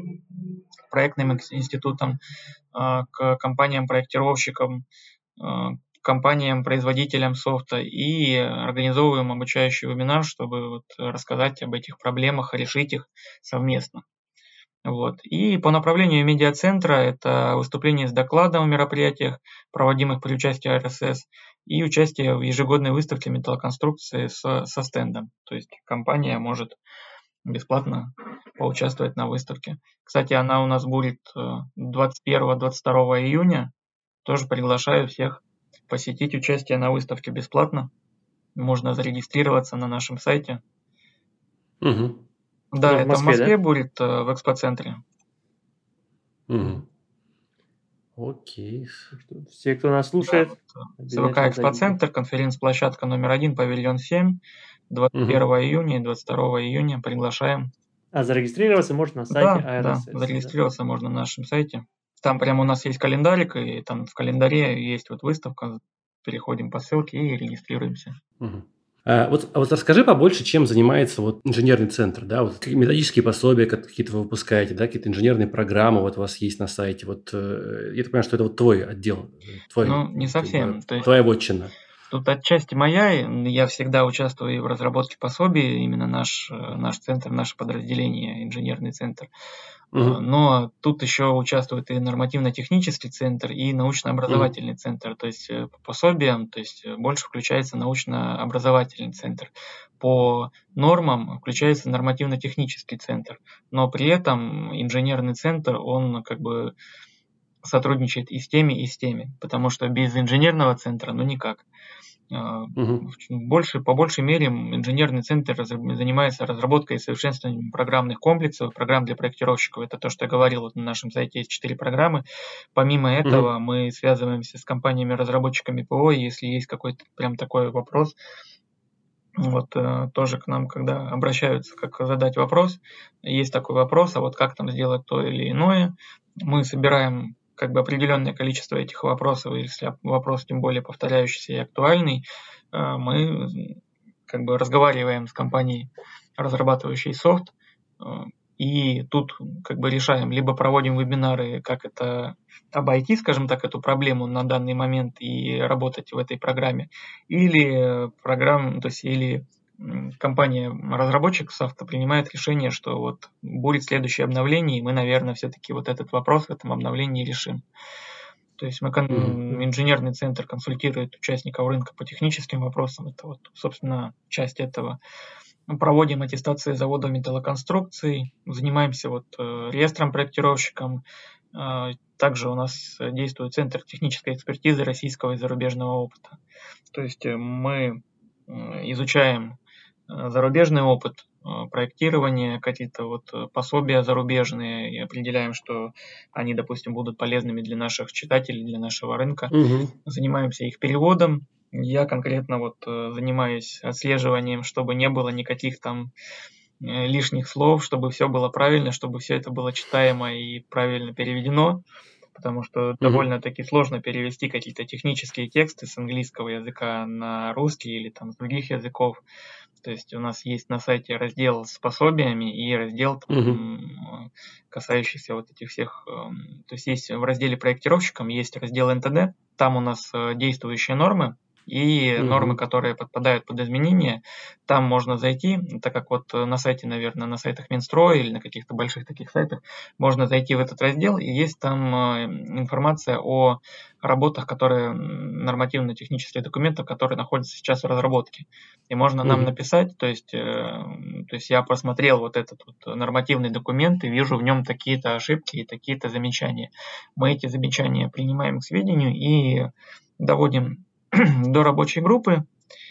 B: к проектным инс- институтам, а, к компаниям-проектировщикам, а, компаниям-производителям софта и организовываем обучающий вебинар, чтобы вот рассказать об этих проблемах, решить их совместно. Вот. И по направлению медиацентра это выступление с докладом в мероприятиях, проводимых при участии А Р С С, и участие в ежегодной выставке металлоконструкции со, со стендом. То есть компания может бесплатно поучаствовать на выставке. Кстати, она у нас будет э, двадцать первого — двадцать второго июня. Тоже приглашаю всех посетить участие на выставке бесплатно. Можно зарегистрироваться на нашем сайте.
A: Мгм.
B: Да,
C: Это в
B: это в
C: Москве,
B: Москве
C: да?
B: будет, э, в экспоцентре.
A: Мгм. Окей.
C: Так что все, кто нас
B: Да,
C: слушает,
B: вот, э, ЦВК
C: обязательно зайдите.
B: экспоцентр, конференц-площадка номер один, павильон семь, двадцать
A: Мгм.
B: первого июня и двадцать второго июня. Приглашаем.
C: А зарегистрироваться можно на сайте
B: Да, да,
C: А Р С С, да?
B: зарегистрироваться можно на нашем сайте. Там прямо у нас есть календарик, и там в календаре есть вот выставка. Переходим по ссылке и регистрируемся.
A: Мгм. А вот, а вот расскажи побольше, чем занимается вот инженерный центр, да, вот какие методические пособия как- какие-то вы выпускаете, да, какие-то инженерные программы вот у вас есть на сайте, вот э, я так понимаю, что это вот твой отдел, э, твой,
B: Ну, не
A: как бы,
B: совсем. То есть
A: твоя вотчина.
B: тут отчасти моя, и я всегда участвую и в разработке пособий, именно наш, э, наш центр, наше подразделение, инженерный центр. Э,
A: Мгм.
B: Но тут еще участвует и нормативно-технический центр, и
A: Мгм.
B: научно-образовательный центр. То есть э, по пособиям, то есть э, больше включается научно-образовательный центр. По нормам включается нормативно-технический центр. Но при этом инженерный центр, он как бы сотрудничает и с теми, и с теми. Потому что без инженерного центра, ну никак. А,
A: Мгм.
B: Больше, по большей мере инженерный центр раз- занимается разработкой и совершенствованием программных комплексов, программ для проектировщиков. Это то, что я говорил, вот на нашем сайте есть четыре программы. Помимо
A: Мгм.
B: этого мы связываемся с компаниями-разработчиками П О, и если есть какой-то прям такой вопрос, Вот э, тоже к нам, когда обращаются, как задать вопрос, есть такой вопрос, а вот как там сделать то или иное, мы собираем как бы определенное количество этих вопросов, если вопрос тем более повторяющийся и актуальный, э, мы как бы разговариваем с компанией, разрабатывающей софт, э, и тут как бы решаем, либо проводим вебинары, как это обойти, скажем так, эту проблему на данный момент и работать в этой программе, или программа, то есть или компания-разработчик софта принимает решение, что вот будет следующее обновление, и мы, наверное, все-таки вот этот вопрос в этом обновлении решим. То есть мы
A: Мгм.
B: инженерный центр консультирует участников рынка по техническим вопросам, это вот, собственно, часть этого. Мы проводим аттестации заводов металлоконструкций, занимаемся вот э, реестром проектировщиком. Э, также у нас действует Центр технической экспертизы российского и зарубежного опыта. То есть э, мы э, изучаем э, зарубежный опыт э, проектирования, какие-то вот э, пособия зарубежные, и определяем, что они, допустим, будут полезными для наших читателей, для нашего рынка.
A: Мгм.
B: Занимаемся их переводом. Я конкретно вот э, занимаюсь отслеживанием, чтобы не было никаких там э, лишних слов, чтобы все было правильно, чтобы все это было читаемо и правильно переведено, потому что
A: Мгм.
B: довольно-таки сложно перевести какие-то технические тексты с английского языка на русский или там с других языков. То есть у нас есть на сайте раздел с пособиями и раздел,
A: Мгм.
B: м, касающийся вот этих всех. эм, То есть есть в разделе проектировщикам есть раздел эн тэ дэ, там у нас э, действующие нормы и нормы,
A: Мгм.
B: которые подпадают под изменения. Там можно зайти, так как вот э, на сайте, наверное, на сайтах Минстроя или на каких-то больших таких сайтах, можно зайти в этот раздел, и есть там э, информация о работах, которые м, нормативно-технических документов, которые находятся сейчас в разработке. И можно нам
A: Мгм.
B: написать, то есть, э, то есть я просмотрел вот этот вот нормативный документ и вижу в нем такие-то ошибки и такие-то замечания. Мы эти замечания принимаем к сведению и доводим до рабочей группы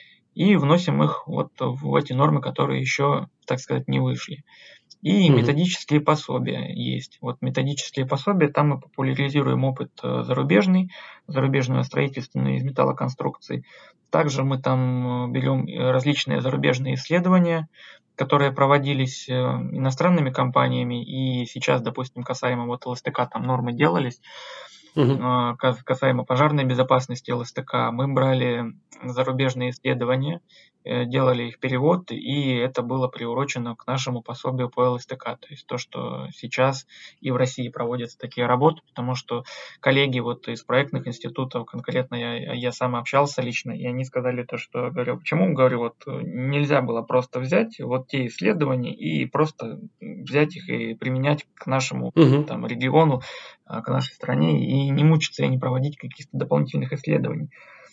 B: и вносим их вот в эти нормы, которые еще, так сказать, не вышли. И
A: Мгм.
B: методические пособия есть. Вот методические пособия, там мы популяризируем опыт э, зарубежный, зарубежную строительственную из металлоконструкций. Также мы там э, берем э, различные зарубежные исследования, которые проводились э, иностранными компаниями, и сейчас, допустим, касаемо вот эл эс тэ ка, там нормы делались,
A: Мгм.
B: а, кас- касаемо пожарной безопасности эл эс тэ ка, мы брали зарубежные исследования, э, делали их перевод, и это было приурочено к нашему пособию по эл эс тэ ка. То есть то, что сейчас и в России проводятся такие работы, потому что коллеги вот из проектных институтов, конкретно я, я сам общался лично, и они сказали то, что, говорю, почему, говорю, вот нельзя было просто взять вот те исследования и просто взять их и применять к нашему
A: Мгм.
B: там региону, а, к нашей стране и не мучиться и не проводить каких-то дополнительных исследований.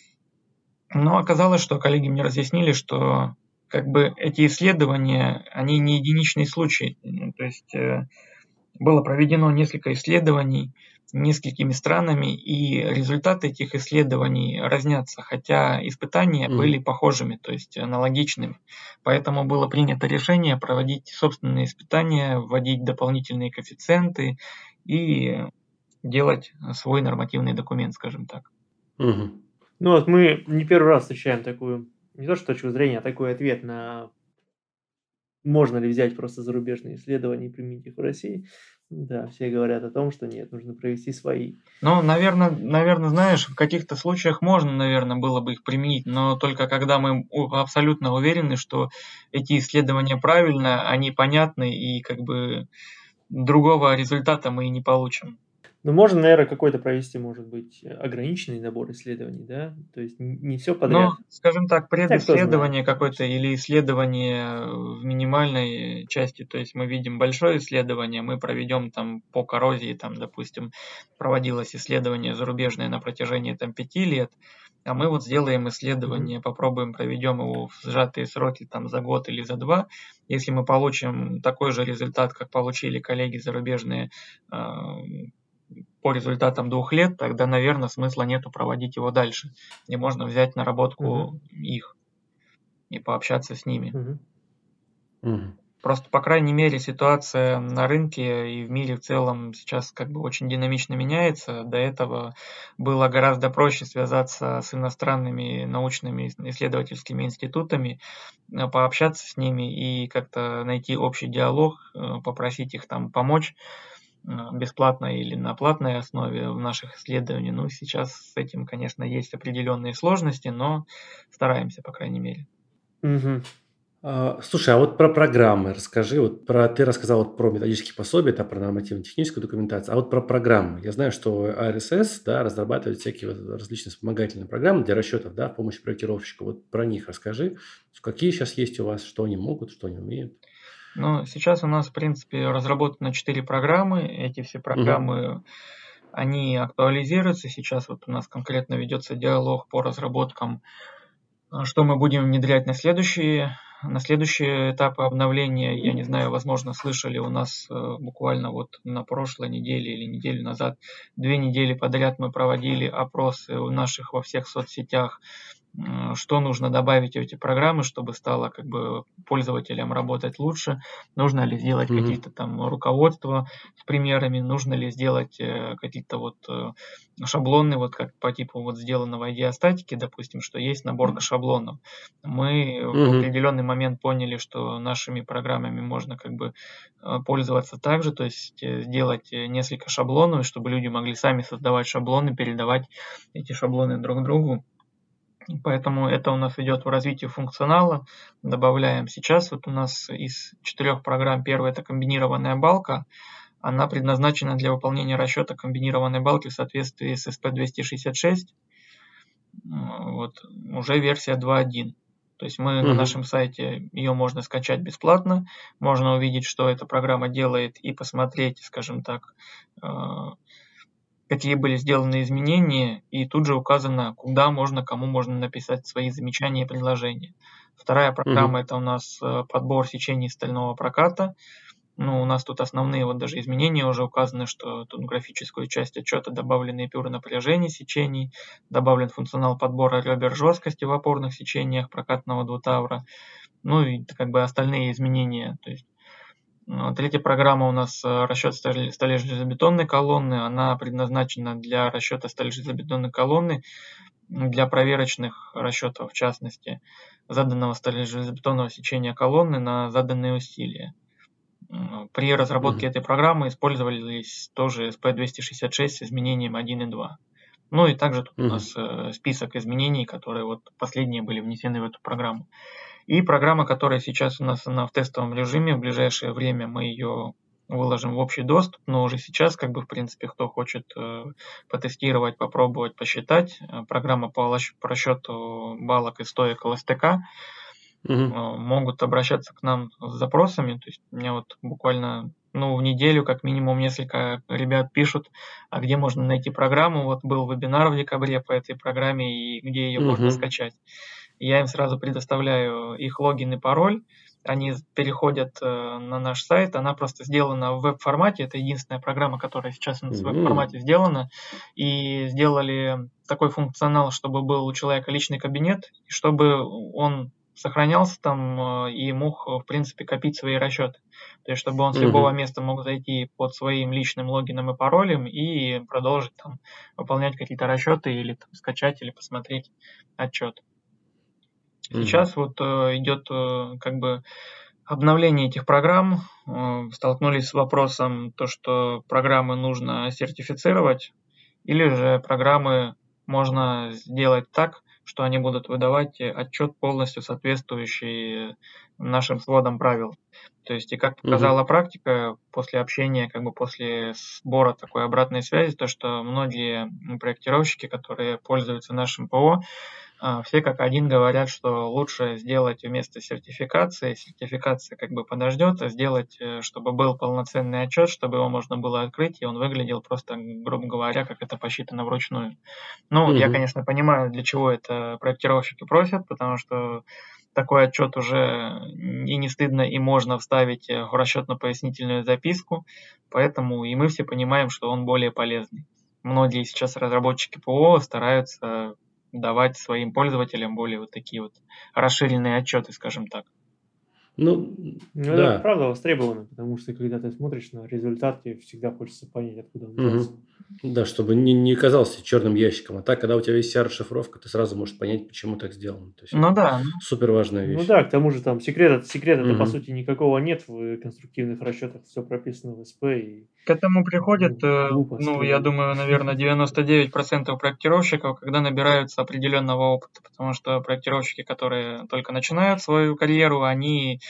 B: Но оказалось, что коллеги мне разъяснили, что как бы эти исследования, они не единичный случай. Ну, то есть э, было проведено несколько исследований несколькими странами, и результаты этих исследований разнятся, хотя испытания были
A: Мгм.
B: похожими, то есть аналогичными. Поэтому было принято решение проводить собственные испытания, вводить дополнительные коэффициенты и делать свой нормативный документ, скажем так.
C: Ну вот мы не первый раз встречаем такую, не то что точку зрения, а такой ответ на можно ли взять просто зарубежные исследования и применить их в России. Да, все говорят о том, что нет, нужно провести свои.
B: Ну, наверное, наверное, знаешь, в каких-то случаях можно, наверное, было бы их применить, но только когда мы у- абсолютно уверены, что эти исследования правильно, они понятны, и как бы другого результата мы и не получим.
C: Но можно, наверное, какой-то провести, может быть, э, ограниченный набор исследований, да? То есть н- не все
B: Но,
C: подряд.
B: скажем так,
C: Хотя кто знает,
B: предисследование какое-то
C: конечно.
B: или исследование в минимальной части, то есть мы видим большое исследование, мы проведем там по коррозии, там, допустим, проводилось исследование зарубежное на протяжении там пяти лет, а мы вот сделаем
C: Мгм.
B: исследование, попробуем, проведем его в сжатые сроки там за год или за два. Если мы получим такой же результат, как получили коллеги зарубежные а, по результатам двух лет, тогда, наверное, смысла нету проводить его дальше. И можно взять
C: Мгм.
B: наработку их и пообщаться с ними.
C: Мгм.
A: Мгм.
B: Просто, по крайней мере, ситуация на рынке и в мире в целом сейчас как бы очень динамично меняется. До этого было гораздо проще связаться с иностранными научными исследовательскими институтами, э, пообщаться с ними и как-то найти общий диалог, э, попросить их там помочь э, бесплатно или на платной основе в наших исследованиях. Ну, сейчас с этим, конечно, есть определенные сложности, но стараемся, по крайней мере.
C: Мгм.
A: А, Слушай, а вот про программы расскажи. Вот про, ты рассказал вот про методические пособия, да, про нормативно-техническую документацию, а вот про программы. Я знаю, что эй ар эс эс, да, разрабатывает всякие вот различные вспомогательные программы для расчетов, да, в помощь проектировщику. Вот про них расскажи. Какие сейчас есть у вас, что они могут, что они умеют.
B: Ну, сейчас у нас, в принципе, разработано четыре программы. Эти все
A: Мгм.
B: программы, они актуализируются. Сейчас вот у нас конкретно ведется диалог по разработкам, а, что мы будем внедрять на следующие, на следующие этапы обновления. Я не знаю, возможно, слышали, у нас э, буквально вот на прошлой неделе или неделю назад, две недели подряд мы проводили опросы у наших во всех соцсетях, м, что нужно добавить в эти программы, чтобы стало как бы пользователям работать лучше, нужно ли сделать
A: Мгм.
B: какие-то там руководства с примерами, нужно ли сделать э, какие-то вот э, шаблоны, вот как по типу вот сделанного идеостатики, допустим, что есть наборка шаблонов. Мы в
A: Мгм.
B: определенный момент поняли, что нашими программами можно как бы э, пользоваться также, то есть э, сделать э, несколько шаблонов, чтобы люди могли сами создавать шаблоны, передавать эти шаблоны друг другу. Поэтому это у нас идет в развитии функционала. Добавляем сейчас. Вот у нас из четырех программ первая это комбинированная балка. Она предназначена для выполнения расчета комбинированной балки в соответствии с эс пи двести шестьдесят шесть. Вот, уже версия два точка один. То есть мы на
A: Мгм.
B: нашем сайте, ее можно скачать бесплатно, можно увидеть, что эта программа делает, и посмотреть, скажем так, э, какие были сделаны изменения, и тут же указано, куда можно, кому можно написать свои замечания и предложения. Вторая программа
A: Мгм.
B: это у нас э, подбор сечений стального проката. Ну, у нас тут основные вот даже изменения уже указаны, что тут в графическую часть отчета добавлены эпюры напряжения сечений, добавлен функционал подбора ребер жесткости в опорных сечениях прокатного двутавра, ну и как бы остальные изменения. То есть ну, третья программа у нас э, расчет стали стали железобетонной колонны. Она предназначена для расчета стали железобетонной колонны, м, для проверочных расчетов, в частности, заданного стали железобетонного сечения колонны на заданные усилия. М, При разработке
A: Мгм.
B: этой программы использовались тоже эс пи двести шестьдесят шесть с изменением один и два. Ну и также тут у
A: Мгм.
B: нас э, список изменений, которые вот последние были внесены в эту программу. И программа, которая сейчас у нас она в тестовом режиме, в ближайшее время мы ее выложим в общий доступ, но уже сейчас, как бы, в принципе, кто хочет э, потестировать, попробовать, посчитать, э, программа по, лощ- по расчету балок и стоек эл эс тэ ка, э,
A: Мгм.
B: могут обращаться к нам с запросами. То есть у меня вот буквально ну, в неделю как минимум несколько ребят пишут, а где можно найти программу. Вот был вебинар в декабре по этой программе и где ее можно
A: Мгм.
B: скачать. Я им сразу предоставляю их логин и пароль, они переходят э, на наш сайт, она просто сделана в веб-формате, это единственная программа, которая сейчас у нас в
A: М.
B: веб-формате сделана, и сделали такой функционал, чтобы был у человека личный кабинет, и чтобы он сохранялся там э, и мог, в принципе, копить свои расчеты. То есть, чтобы он с любого
A: Мгм.
B: места мог зайти под своим личным логином и паролем и продолжить там выполнять какие-то расчеты или там, скачать или посмотреть отчет.
A: Мгм.
B: Сейчас вот э, идет э, как бы обновление этих программ. Э, столкнулись с вопросом то, что программы нужно сертифицировать, или же программы можно сделать так, что они будут выдавать отчет полностью соответствующий нашим сводам правил. То есть, и как
A: Мгм.
B: показала практика, после общения, как бы после сбора такой обратной связи, то, что многие проектировщики, которые пользуются нашим ПО, а, все как один говорят, что лучше сделать вместо сертификации, сертификация как бы подождет, а сделать, э, чтобы был полноценный отчет, чтобы его можно было открыть, и он выглядел просто, грубо говоря, как это посчитано вручную. Ну, я,
A: Мгм.
B: конечно, понимаю, для чего это проектировщики просят, потому что такой отчет уже и не стыдно, и можно вставить э, в расчетно-пояснительную записку, поэтому и мы все понимаем, что он более полезный. Многие сейчас разработчики ПО стараются давать своим пользователям более вот такие вот расширенные отчеты, скажем так.
A: Ну,
C: Ну, это
A: да.
C: правда востребовано, потому что когда ты смотришь на результат, тебе всегда хочется понять, откуда он взялся.
A: Мгм. Да, чтобы не, не казался черным ящиком. А так, когда у тебя есть вся расшифровка, ты сразу можешь понять, почему так сделано. То есть
B: Ну
A: это
B: да,
A: супер важная
C: Ну
A: вещь.
C: да, к тому же там секрета, секрета-то по
A: Мгм.
C: сути никакого нет в конструктивных расчетах, все прописано в СП и
B: к этому приходит,
C: ну,
B: э,
C: глупо
B: ну, я
C: строить.
B: думаю, наверное, девяносто девять процентов проектировщиков, когда набираются определенного опыта, потому что проектировщики, которые только начинают свою карьеру, они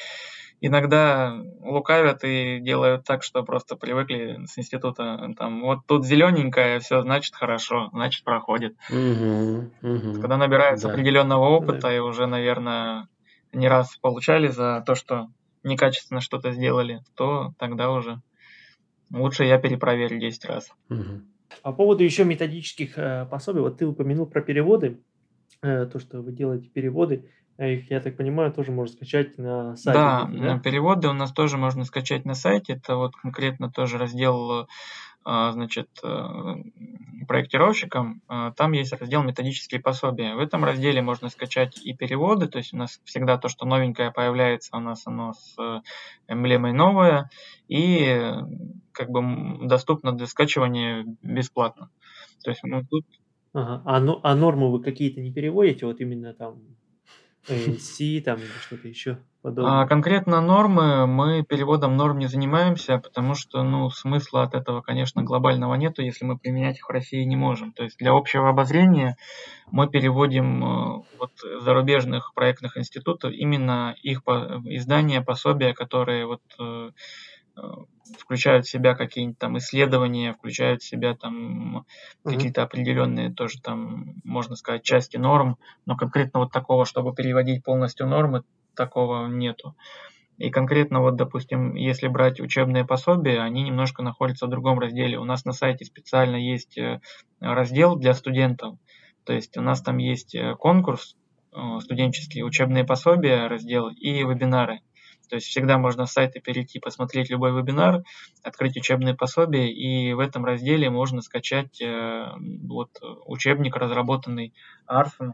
B: иногда лукавят и делают так, что просто привыкли с института, там, вот тут зелененькое, все, значит хорошо, значит проходит.
A: Мгм. Мгм.
B: Когда набираются
A: Да.
B: определенного
C: Ну
B: опыта
C: да.
B: и уже, наверное, не раз получали за то, что некачественно что-то сделали, то тогда уже лучше я перепроверю десять раз.
A: Мгм.
C: По поводу еще методических э, пособий, вот ты упомянул про переводы, э, то, что вы делаете переводы, э, их, я так понимаю, тоже можно скачать на сайте
B: Да,
C: где-то,
B: м,
C: да?
B: переводы у нас тоже можно скачать на сайте. Это вот конкретно тоже раздел, а, значит, э, проектировщикам. А, Там есть раздел методические пособия. В этом разделе можно скачать и переводы, то есть у нас всегда то, что новенькое появляется, у нас оно с э, эмблемой новое и э, как бы м, доступно для скачивания бесплатно. То есть ну, тут
C: Ага. А, но- а нормы вы какие-то не переводите, вот именно там эй эн си там или что-то еще
B: А,
C: подобное?
B: конкретно нормы мы переводом норм не занимаемся, потому что, ну, смысла от этого, конечно, глобального нету, если мы применять их в России не можем. То есть для общего обозрения мы переводим э, вот зарубежных проектных институтов именно их по- издания, пособия, которые вот э, э, включают в себя какие-нибудь там исследования, включают в себя там
C: Мгм.
B: какие-то определенные тоже там, можно сказать, части норм, но конкретно вот такого, чтобы переводить полностью нормы, такого нету. И конкретно вот, допустим, если брать учебные пособия, они немножко находятся в другом разделе. У нас на сайте специально есть э, раздел для студентов. То есть у нас там есть э, конкурс, э, студенческие учебные пособия, раздел и вебинары. То есть всегда можно с сайта перейти, посмотреть любой вебинар, открыть учебные пособия, и в этом разделе можно скачать э, вот, учебник, разработанный Арсом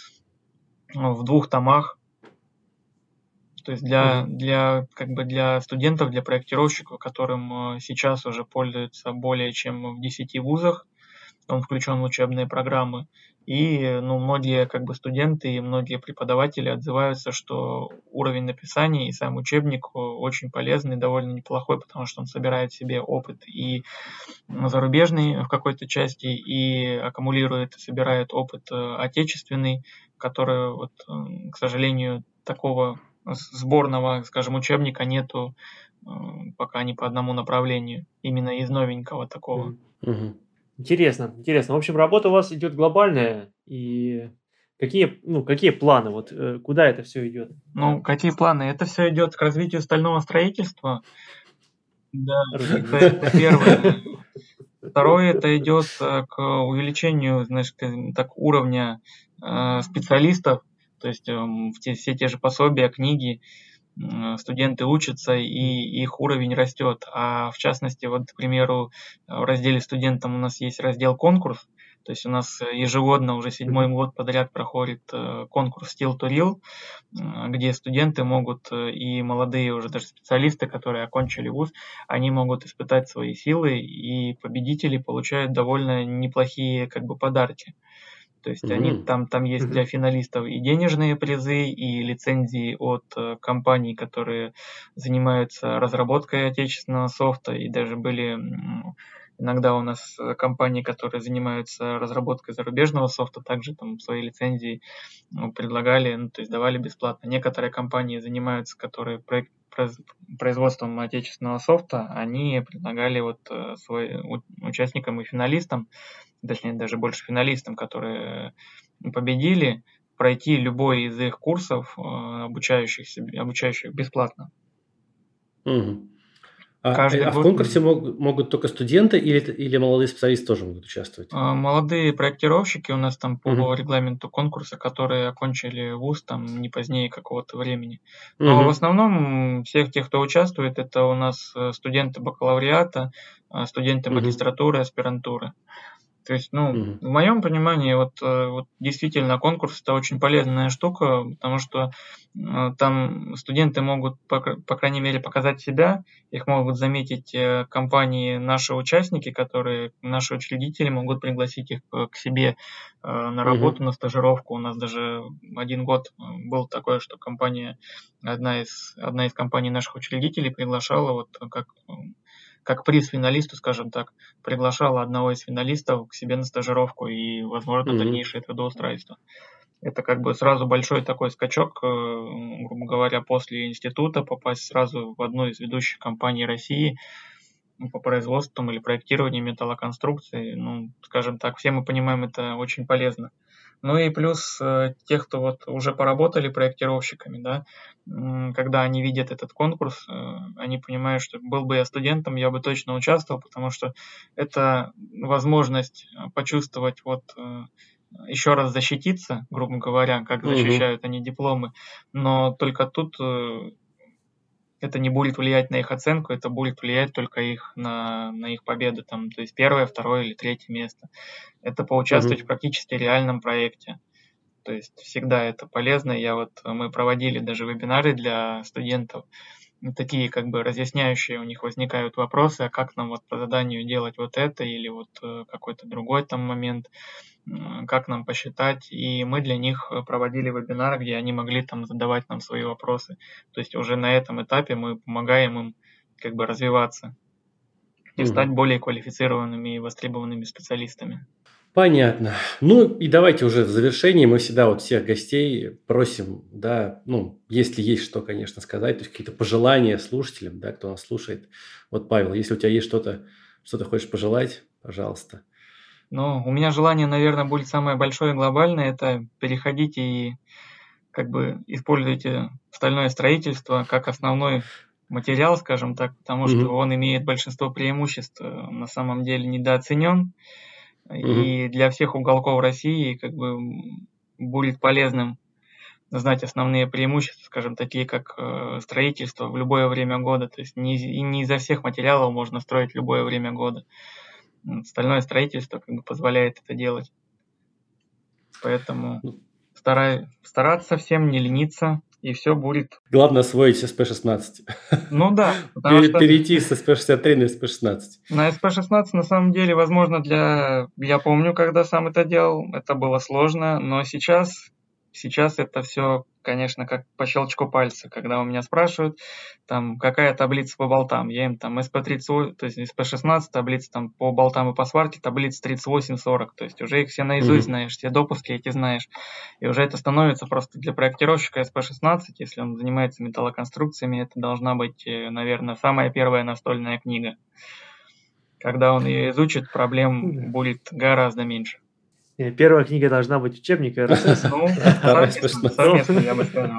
B: в двух томах. То есть для,
C: Мгм.
B: для, как бы для студентов, для проектировщиков, которым э, сейчас уже пользуются более чем в десяти вузах, он включен в учебные программы. И ну, многие как бы студенты и многие преподаватели отзываются, что уровень написания и сам учебник э, очень полезный, довольно неплохой, потому что он собирает в себе опыт и зарубежный в какой-то части, и аккумулирует, собирает опыт э, отечественный, который, вот, э, к сожалению, такого сборного, скажем, учебника нету э, пока ни по одному направлению, именно из новенького такого.
C: Мгм.
A: Мгм.
C: Интересно, интересно. В общем, работа у вас идет глобальная, и какие, ну, какие планы, вот э, куда это все идет?
B: Ну, какие планы? Это все идет к развитию стального строительства. Да, это,
C: Разумеется.
B: это первое. Второе, это идет э, к увеличению, знаешь, скажем так, уровня э, специалистов, то есть эм, в те- все те же пособия, книги, м, студенты учатся и их уровень растет. А в частности, вот, к примеру, в разделе студентам у нас есть раздел конкурс, то есть у нас э, ежегодно уже седьмой
C: Мгм.
B: год подряд проходит э, конкурс Steel to Real, м, где студенты могут э, и молодые уже даже специалисты, которые окончили вуз, они могут испытать свои силы, и победители получают довольно неплохие как бы подарки. То есть они
A: М.
B: там, там есть для
C: Мгм.
B: финалистов и денежные призы, и лицензии от э, компаний, которые занимаются разработкой отечественного софта, и даже были м, иногда у нас э, компании, которые занимаются разработкой зарубежного софта, также там свои лицензии ну, предлагали, ну, то есть давали бесплатно. Некоторые компании занимаются, которые проект, произ- производством отечественного софта, они предлагали вот э, свой, у- участникам и финалистам, точнее даже больше финалистам, которые победили, пройти любой из их курсов, э, обучающихся, обучающих бесплатно.
A: Мгм. А, э,
B: Каждый
A: а в
B: год
A: конкурсе мог- могут только студенты или, т- или молодые специалисты тоже могут участвовать?
B: э, молодые проектировщики у нас там по
A: Мгм.
B: регламенту конкурса, которые окончили вуз там не позднее какого-то времени. Но в
A: Мгм.
B: основном всех тех, кто участвует, это у нас э, студенты бакалавриата, э, студенты
A: Мгм.
B: магистратуры, аспирантуры. То есть, ну,
A: Мгм.
B: в моем понимании, вот, э, вот действительно конкурс это очень полезная штука, потому что э, там студенты могут, по, кра- по крайней мере, показать себя, их могут заметить э, компании, наши участники, которые, наши учредители могут пригласить их э, к себе э, на работу,
A: Мгм.
B: на стажировку. У нас даже один год э, был такое, что компания, одна из, одна из компаний наших учредителей приглашала вот как, э, как приз финалисту, скажем так, приглашала одного из финалистов к себе на стажировку и, возможно,
A: Мгм.
B: дальнейшее трудоустройство. Это как бы сразу большой такой скачок, э, грубо говоря, после института попасть сразу в одну из ведущих компаний России ну, по производству там, или проектированию металлоконструкций. Ну, скажем так, все мы понимаем, это очень полезно. Ну и плюс э, тех, кто вот уже поработали проектировщиками, да, м, когда они видят этот конкурс, э, они понимают, что был бы я студентом, я бы точно участвовал, потому что это возможность э, почувствовать вот э, еще раз защититься, грубо говоря, как
A: Мгм.
B: защищают они дипломы, но только тут э, это не будет влиять на их оценку, это будет влиять только их на, на их победу, там, то есть первое, второе или третье место. Это поучаствовать в
A: Мгм.
B: практически реальном проекте. То есть всегда это полезно. Я вот, мы проводили даже вебинары для студентов, ну, такие как бы разъясняющие, у них возникают вопросы, а как нам вот по заданию делать вот это или вот э, какой-то другой там момент, м, как нам посчитать. И мы для них э, проводили вебинары, где они могли там задавать нам свои вопросы. То есть уже на этом этапе мы помогаем им как бы развиваться и стать
A: Мгм.
B: более квалифицированными и востребованными специалистами.
A: Понятно. Ну и давайте уже в завершении мы всегда вот всех гостей просим, да, ну, если есть что, конечно, сказать, то есть какие-то пожелания слушателям, да, кто нас слушает. Вот, Павел, если у тебя есть что-то, что ты хочешь пожелать, пожалуйста.
B: Но у меня желание, наверное, будет самое большое и глобальное, это переходить и как бы используйте стальное строительство как основной материал, скажем так, потому что
A: Мгм.
B: он имеет большинство преимуществ, э, на самом деле недооценен,
A: Мгм.
B: и для всех уголков России как бы м, будет полезным знать основные преимущества, скажем, такие как э, строительство в любое время года, то есть не, из- и не изо всех материалов можно строить в любое время года. М, Стальное строительство как бы позволяет это делать. Поэтому
A: Ну,
B: старай, стараться всем, не лениться, и все будет.
A: главное освоить эс пэ шестнадцать.
B: Ну да, потому
A: Пере-
B: что
A: Перейти с эс пэ шестьдесят три на эс пэ шестнадцать.
B: на эс пэ шестнадцать на самом деле, возможно, для... Я помню, когда сам это делал, это было сложно, но сейчас, сейчас это все, конечно, как по щелчку пальца, когда у меня спрашивают, там, какая таблица по болтам, я им там эс пэ тридцать восемь, то есть эс пэ шестнадцать, таблица там по болтам и по сварке, таблица тридцать восемь сорок, то есть уже их все наизусть
A: Мгм.
B: знаешь, все допуски эти знаешь, и уже это становится просто для проектировщика эс пэ шестнадцать, если он занимается металлоконструкциями, это должна быть, э, наверное, самая первая настольная книга. Когда он ее изучит, проблем
C: Да.
B: будет гораздо меньше.
C: Э, Первая книга должна быть учебник эр эс эс.
B: Ну,
A: А второй
B: совместно,
A: эс пэ шестнадцать.
B: совместно, я бы сказал.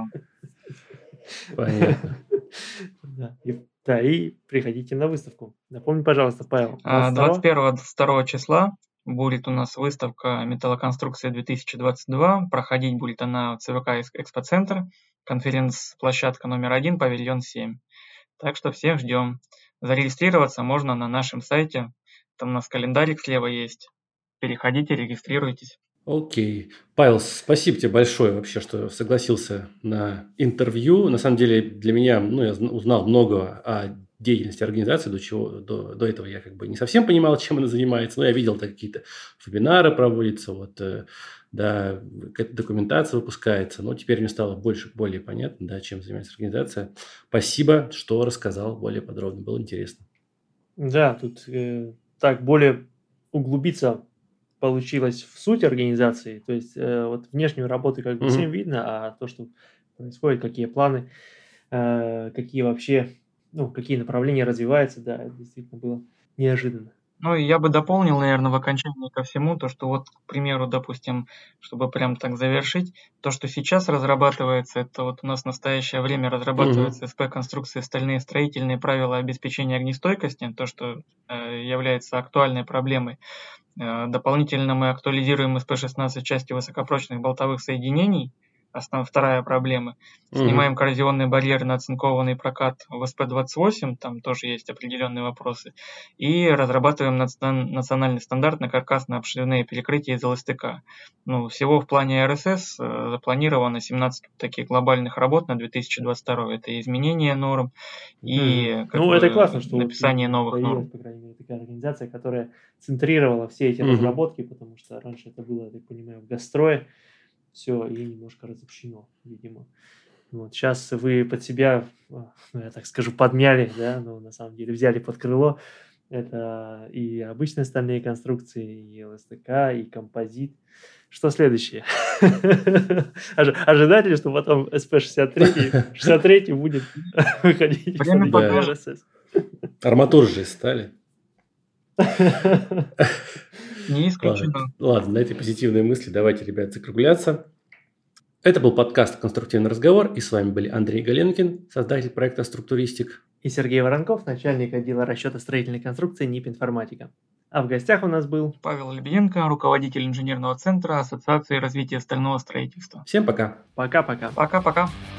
A: Понятно.
C: Да, и, да, и приходите на выставку. Напомни, пожалуйста, Павел,
B: А,
C: двадцать
B: двадцать
C: второго.
B: первого второго числа будет у нас выставка «Металлоконструкция две тысячи двадцать два». Проходить будет она в цэ вэ ка «Экспоцентр», конференц-площадка номер один, павильон семь. Так что всех ждем. Зарегистрироваться можно на нашем сайте. Там у нас календарик слева есть. Переходите, регистрируйтесь.
A: Окей. Павел, спасибо тебе большое вообще, что согласился на интервью. На самом деле для меня, ну, я зн- узнал много о деятельности организации, до чего до, до этого я как бы не совсем понимал, чем она занимается, но я видел, так какие-то вебинары проводятся, вот, э, да, какая-то документация выпускается, но теперь мне стало больше, более понятно, да, чем занимается организация. Спасибо, что рассказал более подробно, было интересно.
C: Да, тут э, так более углубиться получилось в суть организации. То есть э, вот внешнюю работу как бы всем
A: Мгм.
C: видно, а то, что происходит, какие планы, э, какие вообще, ну, какие направления развиваются, да, это действительно было неожиданно.
B: Ну, и я бы дополнил, наверное, в окончании ко всему, то, что вот, к примеру, допустим, чтобы прям так завершить, то, что сейчас разрабатывается, это вот у нас в настоящее время разрабатывается
A: Мгм.
B: эс пэ-конструкции, стальные строительные правила обеспечения огнестойкости, то, что э, является актуальной проблемой. Э, дополнительно мы актуализируем эс пэ шестнадцать в части высокопрочных болтовых соединений, основная вторая проблема. Снимаем угу. коррозионный барьер на оцинкованный прокат в эс пэ двадцать восемь, там тоже есть определенные вопросы. И разрабатываем национальный стандарт на каркасно-обшивные перекрытия из эл эс тэ ка. Ну, всего в плане эр эс эс запланировано семнадцать таких глобальных работ на две тысячи двадцать второй. Это изменение норм и
C: mm. ну, это классно, что
B: написание новых норм.
C: По крайней мере, такая организация, которая центрировала все эти mm-hmm. разработки, потому что раньше это было, я так понимаю, в Газстрое. Все, и немножко разобщено, видимо. Вот, сейчас вы под себя, ну, я так скажу, подмяли, да, но на самом деле взяли под крыло. Это и обычные стальные конструкции, и эл эс тэ ка, и композит. Что следующее? Ожидать ли, что потом эс пэ шестьдесят три будет выходить в эр эс эс?
A: Арматуры же стали.
B: Не исключено.
A: Ладно, ладно, на этой позитивной мысли давайте, ребят, закругляться. Это был подкаст «Конструктивный разговор», и с вами были Андрей Галенкин, создатель проекта «Структуристик»,
C: и Сергей Воронков, начальник отдела расчета строительной конструкции НИП «Информатика». А в гостях у нас был
B: Павел Лебеденко, руководитель инженерного центра Ассоциации развития стального строительства.
A: Всем пока.
C: Пока-пока.
B: Пока-пока.